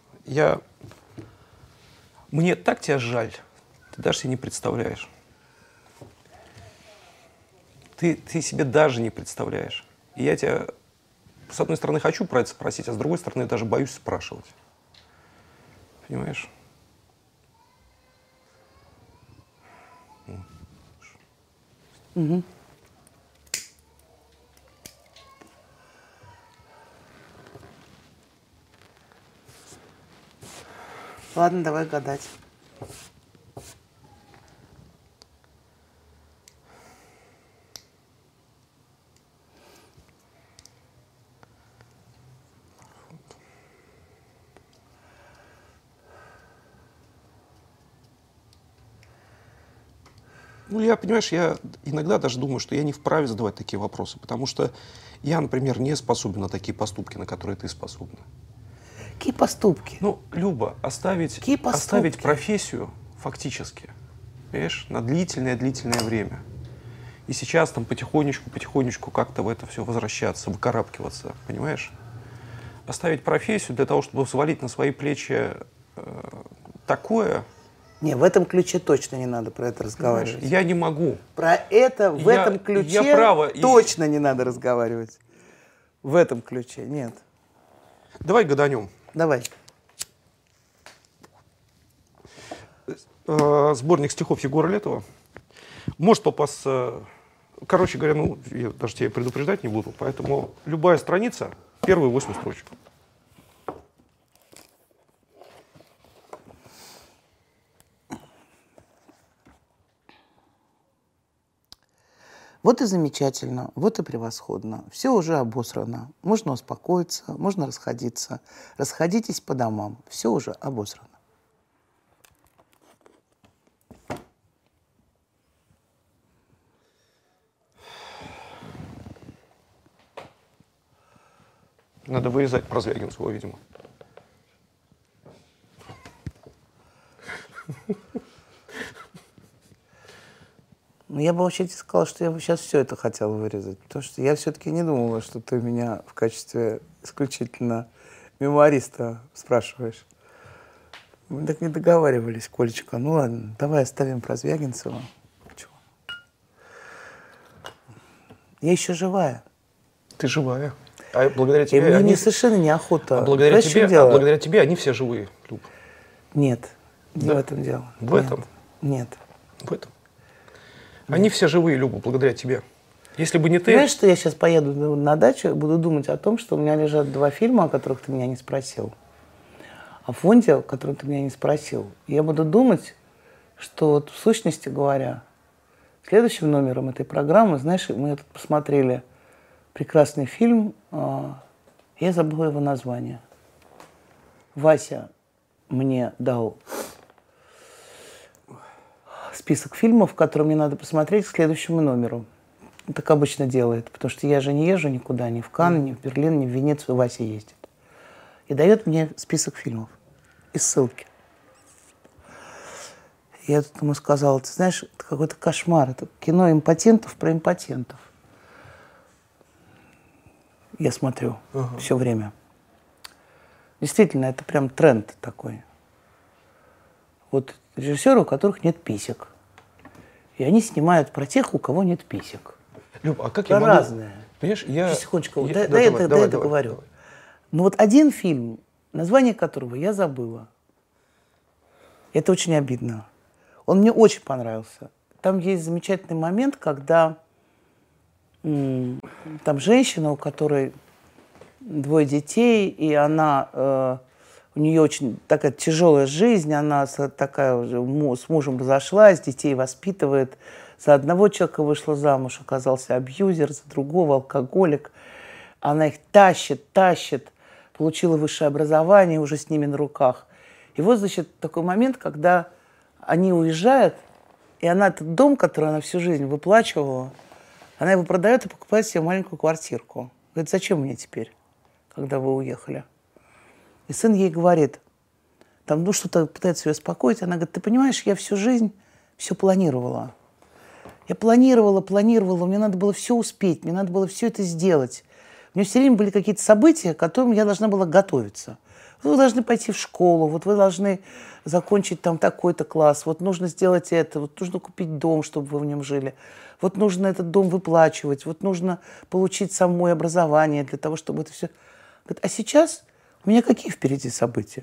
мне так тебя жаль, ты даже себе не представляешь. Ты себе даже не представляешь. И я тебя, с одной стороны, хочу про это спросить, а с другой стороны, даже боюсь спрашивать. Понимаешь? Угу. Ладно, давай гадать. Ну, понимаешь, я иногда даже думаю, что я не вправе задавать такие вопросы, потому что я, например, не способен на такие поступки, на которые ты способна. Какие поступки? Ну, Люба, оставить профессию фактически, понимаешь, на длительное время. И сейчас там потихонечку как-то в это все возвращаться, выкарабкиваться, понимаешь? Оставить профессию для того, чтобы взвалить на свои плечи такое... Не, в этом ключе точно не надо про это разговаривать. Понимаешь, я не могу. Про это в этом ключе точно не надо разговаривать. В этом ключе нет. Давай гаданем. Давай. Сборник стихов Егора Летова. Может попасться... Короче говоря, я даже тебя предупреждать не буду, поэтому любая страница, первые 8 строчек. Вот и замечательно, вот и превосходно. Все уже обосрано. Можно успокоиться, можно расходиться. Расходитесь по домам. Все уже обосрано. Надо вырезать про Звягинцева, видимо. Ну, я бы вообще тебе сказала, что я бы сейчас все это хотела вырезать. Потому что я все-таки не думала, что ты меня в качестве исключительно мемуариста спрашиваешь. Мы так не договаривались, Колечка. Ну ладно, давай оставим про Звягинцева. Чего? Я еще живая. Ты живая. А благодаря тебе и мне совершенно неохота. А благодаря тебе они все живые, Люб. Нет, не в этом дело. В этом? Нет. В этом? Они все живые, Люба, благодаря тебе. Если бы не ты... Знаешь, что я сейчас поеду на дачу и буду думать о том, что у меня лежат 2 фильма, о которых ты меня не спросил. О фонде, о котором ты меня не спросил. Я буду думать, что вот, в сущности говоря, следующим номером этой программы, знаешь, мы тут посмотрели прекрасный фильм, я забыла его название. Вася мне дал список фильмов, которые мне надо посмотреть к следующему номеру. он так обычно делает, потому что я же не езжу никуда, ни в Канн, ни в Берлин, ни в Венецию, Вася ездит. И дает мне список фильмов и ссылки. Я тут ему сказала, ты знаешь, это какой-то кошмар, это кино импотентов про импотентов. Я смотрю все время. Действительно, это прям тренд такой. Вот режиссеры, у которых нет писек. И они снимают про тех, у кого нет писек. Люб, а как это я могу... разное. Понимаешь, я... Секундочку, я... да, давай, это давай, говорю. Давай. Но вот один фильм, название которого я забыла. Это очень обидно. Он мне очень понравился. Там есть замечательный момент, когда там женщина, у которой 2 детей, и она, у нее очень такая тяжелая жизнь, она такая уже с мужем разошлась, детей воспитывает. За одного человека вышла замуж, оказался абьюзер, за другого алкоголик. Она их тащит, получила высшее образование уже с ними на руках. И вот, значит, такой момент, когда они уезжают, и она этот дом, который она всю жизнь выплачивала, она его продает и покупает себе маленькую квартирку. Говорит, зачем мне теперь, когда вы уехали? И сын ей говорит, там, ну, что-то пытается ее успокоить. Она говорит, ты понимаешь, я всю жизнь все планировала. Я планировала, мне надо было все успеть, мне надо было все это сделать. У меня все время были какие-то события, к которым я должна была готовиться. Вот вы должны пойти в школу, вот вы должны закончить там такой-то класс, вот нужно сделать это, вот нужно купить дом, чтобы вы в нем жили, вот нужно этот дом выплачивать, вот нужно получить самое образование для того, чтобы это все... Говорит, а сейчас у меня какие впереди события?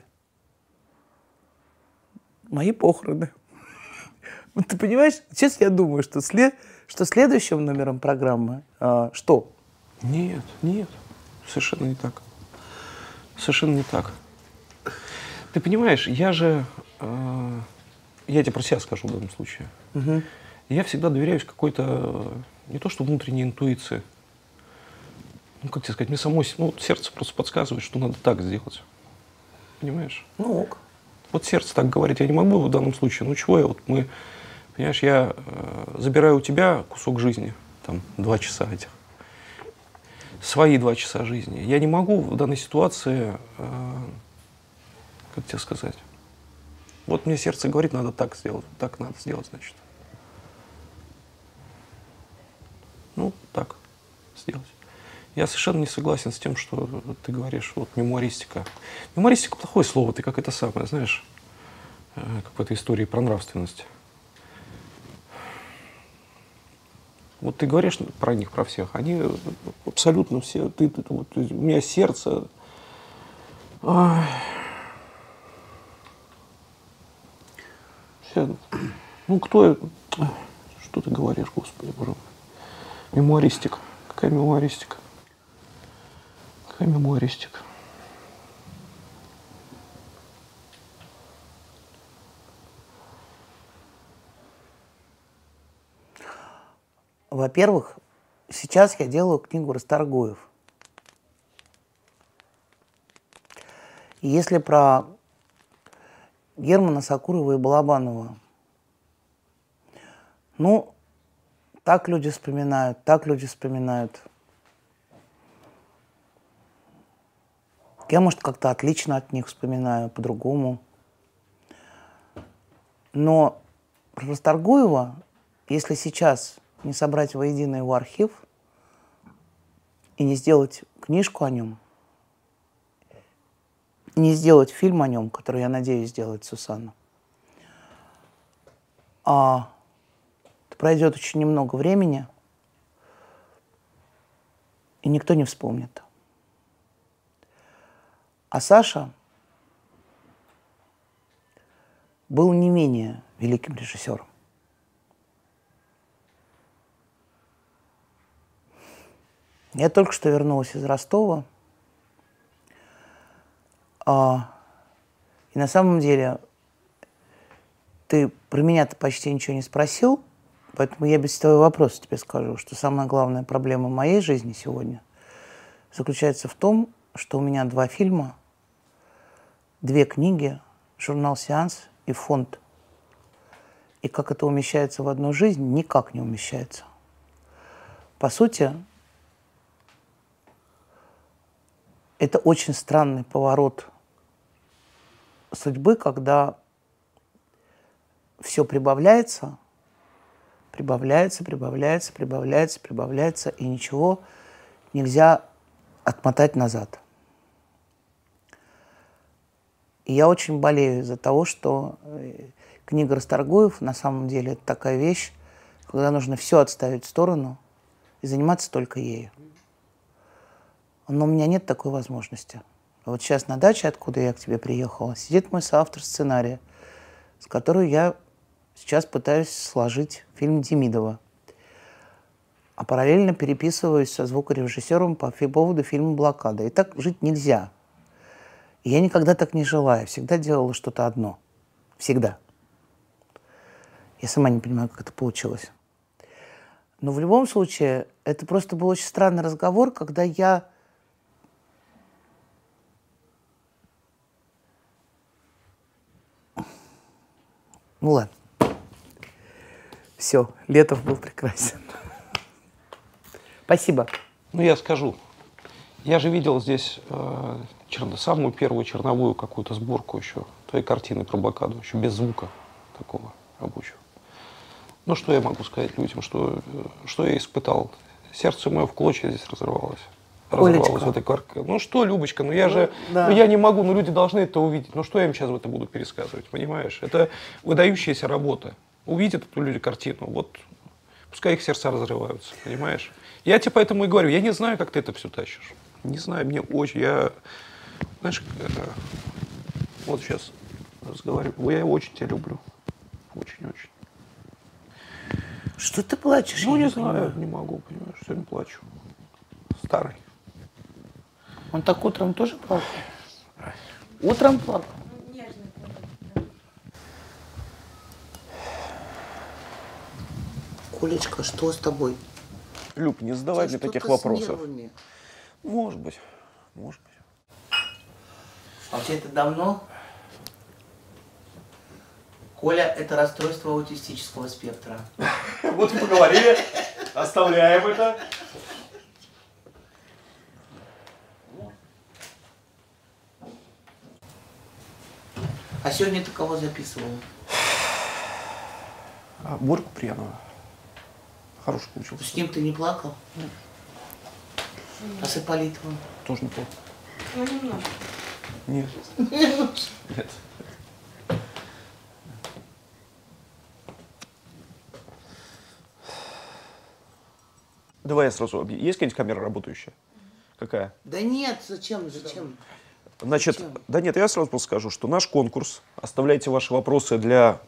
Мои похороны. Вот ты понимаешь, сейчас я думаю, что следующим номером программы что? Нет, совершенно не так. Совершенно не так. Ты понимаешь, я тебе про себя скажу в данном случае. Угу. Я всегда доверяюсь какой-то, не то что внутренней интуиции, ну, как тебе сказать, мне само сердце просто подсказывает, что надо так сделать. Понимаешь? Ну ок. Вот сердце так говорит, я не могу в данном случае. Ну чего я, понимаешь, я забираю у тебя кусок жизни, там, 2 часа этих. Свои 2 часа жизни. Я не могу в данной ситуации, как тебе сказать, вот мне сердце говорит, надо так сделать, так надо сделать, значит. Ну, так сделать. Я совершенно не согласен с тем, что ты говоришь, вот мемуаристика. Мемуаристика плохое слово, ты как это самое, знаешь, как в этой истории про нравственность. Вот ты говоришь про них, про всех, они абсолютно все, вот, у меня сердце... Все, ну, кто... Что ты говоришь, Господи, Боже мой? Мемуаристика. Какая мемуаристика? Какая мемуаристика? Во-первых, сейчас я делаю книгу Расторгуев. И если про Германа Сокурова и Балабанова, ну, так люди вспоминают, так люди вспоминают. Я, может, как-то отлично от них вспоминаю, по-другому. Но про Расторгуева, если сейчас не собрать воедино его архив и не сделать книжку о нем, не сделать фильм о нем, который, я надеюсь, сделает Сусанна, пройдет очень немного времени, и никто не вспомнит. А Саша был не менее великим режиссером. Я только что вернулась из Ростова. И на самом деле ты про меня-то почти ничего не спросил, поэтому я без твоего вопроса тебе скажу, что самая главная проблема моей жизни сегодня заключается в том, что у меня 2 фильма, 2 книги, журнал «Сеанс» и фонд. И как это умещается в одну жизнь, никак не умещается. По сути, это очень странный поворот судьбы, когда все прибавляется, прибавляется, прибавляется, прибавляется, прибавляется, и ничего нельзя отмотать назад. И я очень болею из-за того, что книга Расторгуев на самом деле это такая вещь, когда нужно все отставить в сторону и заниматься только ею. Но у меня нет такой возможности. Вот сейчас на даче, откуда я к тебе приехала, сидит мой соавтор сценария, с которой я сейчас пытаюсь сложить фильм Демидова. А параллельно переписываюсь со звукорежиссером по поводу фильма «Блокада». И так жить нельзя. И я никогда так не жила. Я всегда делала что-то одно. Всегда. Я сама не понимаю, как это получилось. Но в любом случае, это просто был очень странный разговор, когда я... Ну ладно. Все, Летов был прекрасен. Спасибо. Ну, я скажу. Я же видел здесь самую первую черновую какую-то сборку еще твоей картины про блокаду, еще без звука такого рабочего. Ну, что я могу сказать людям, что я испытал? Сердце мое в клочья здесь разорвалось. Разорвалось в этой квартире. Ну что, Любочка, ну я же, да. Ну я не могу, ну люди должны это увидеть. Ну что я им сейчас в это буду пересказывать, понимаешь? Это выдающаяся работа. Увидят эту люди картину, вот пускай их сердца разрываются, понимаешь? Я тебе поэтому и говорю, я не знаю, как ты это все тащишь. Не знаю, мне очень, знаешь, вот сейчас разговариваю, я очень тебя люблю, очень-очень. Что ты плачешь? Ну, не знаю, не могу, понимаешь, сегодня плачу. Старый. Он так утром тоже плакал? Утром плакал? Колечка, что с тобой? Люб, не задавай мне таких вопросов. Может быть, может быть. А у тебя это давно? Коля, это расстройство аутистического спектра. Вот и поговорили, оставляем это. А сегодня ты кого записывал? Борьку Приянова. Хороший получился. С ним ты не плакал? Нет. А с Ипполитовым? Тоже не плакал. Ну, немножко. Нет. Нет. Давай я сразу объясню. Есть какая-нибудь камера работающая? Какая? Да нет, зачем? Значит, да нет, я сразу просто скажу, что наш конкурс, оставляйте ваши вопросы для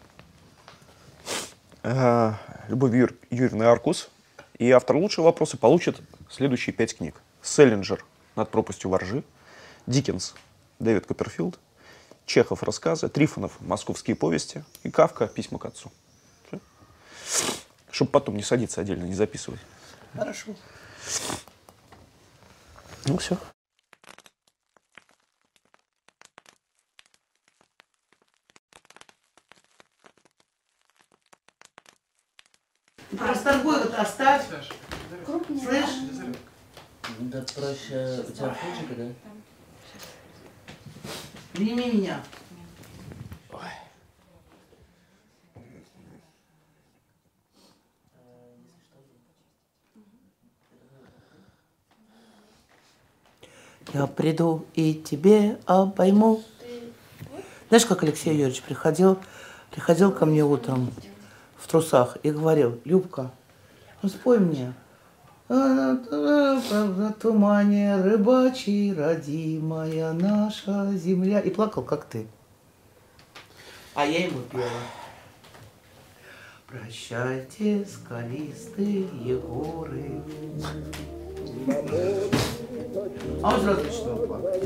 Любови Юрьевны Аркус, и автор лучшие вопросы получит следующие 5 книг. Селлинджер «Над пропастью воржи», Диккенс Дэвид Копперфилд, Чехов «Рассказы», Трифонов «Московские повести» и Кафка «Письма к отцу». Чтобы потом не садиться отдельно, не записывать. Хорошо. Ну все. Расторгуева-то оставь. Слышь? Да проще, у тебя фотика, да? Прими меня. Я приду и тебе обойму. Знаешь, как Алексей Юрьевич приходил ко мне утром в трусах и говорил: Любка, ну спой мне. На тумане рыбачий, родимая наша земля. И плакал, как ты. А я ему пела. Прощайте, скалистые горы. А он сразу начал плакать.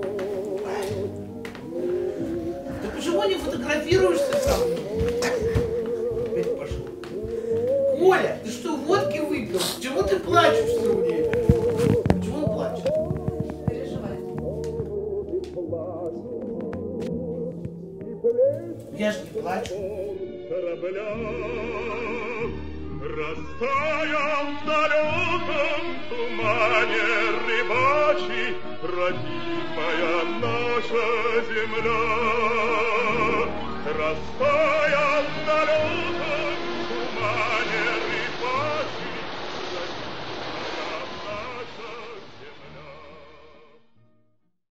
Ты почему не фотографируешься со мной? Опять пошел. Коля, ты что, водки выпил? Почему ты плачешь все время? Почему он плачет? Переживает. Я же не плачу. Растаял в далеком тумане рыбачий, родимая наша земля. Растаял в далеком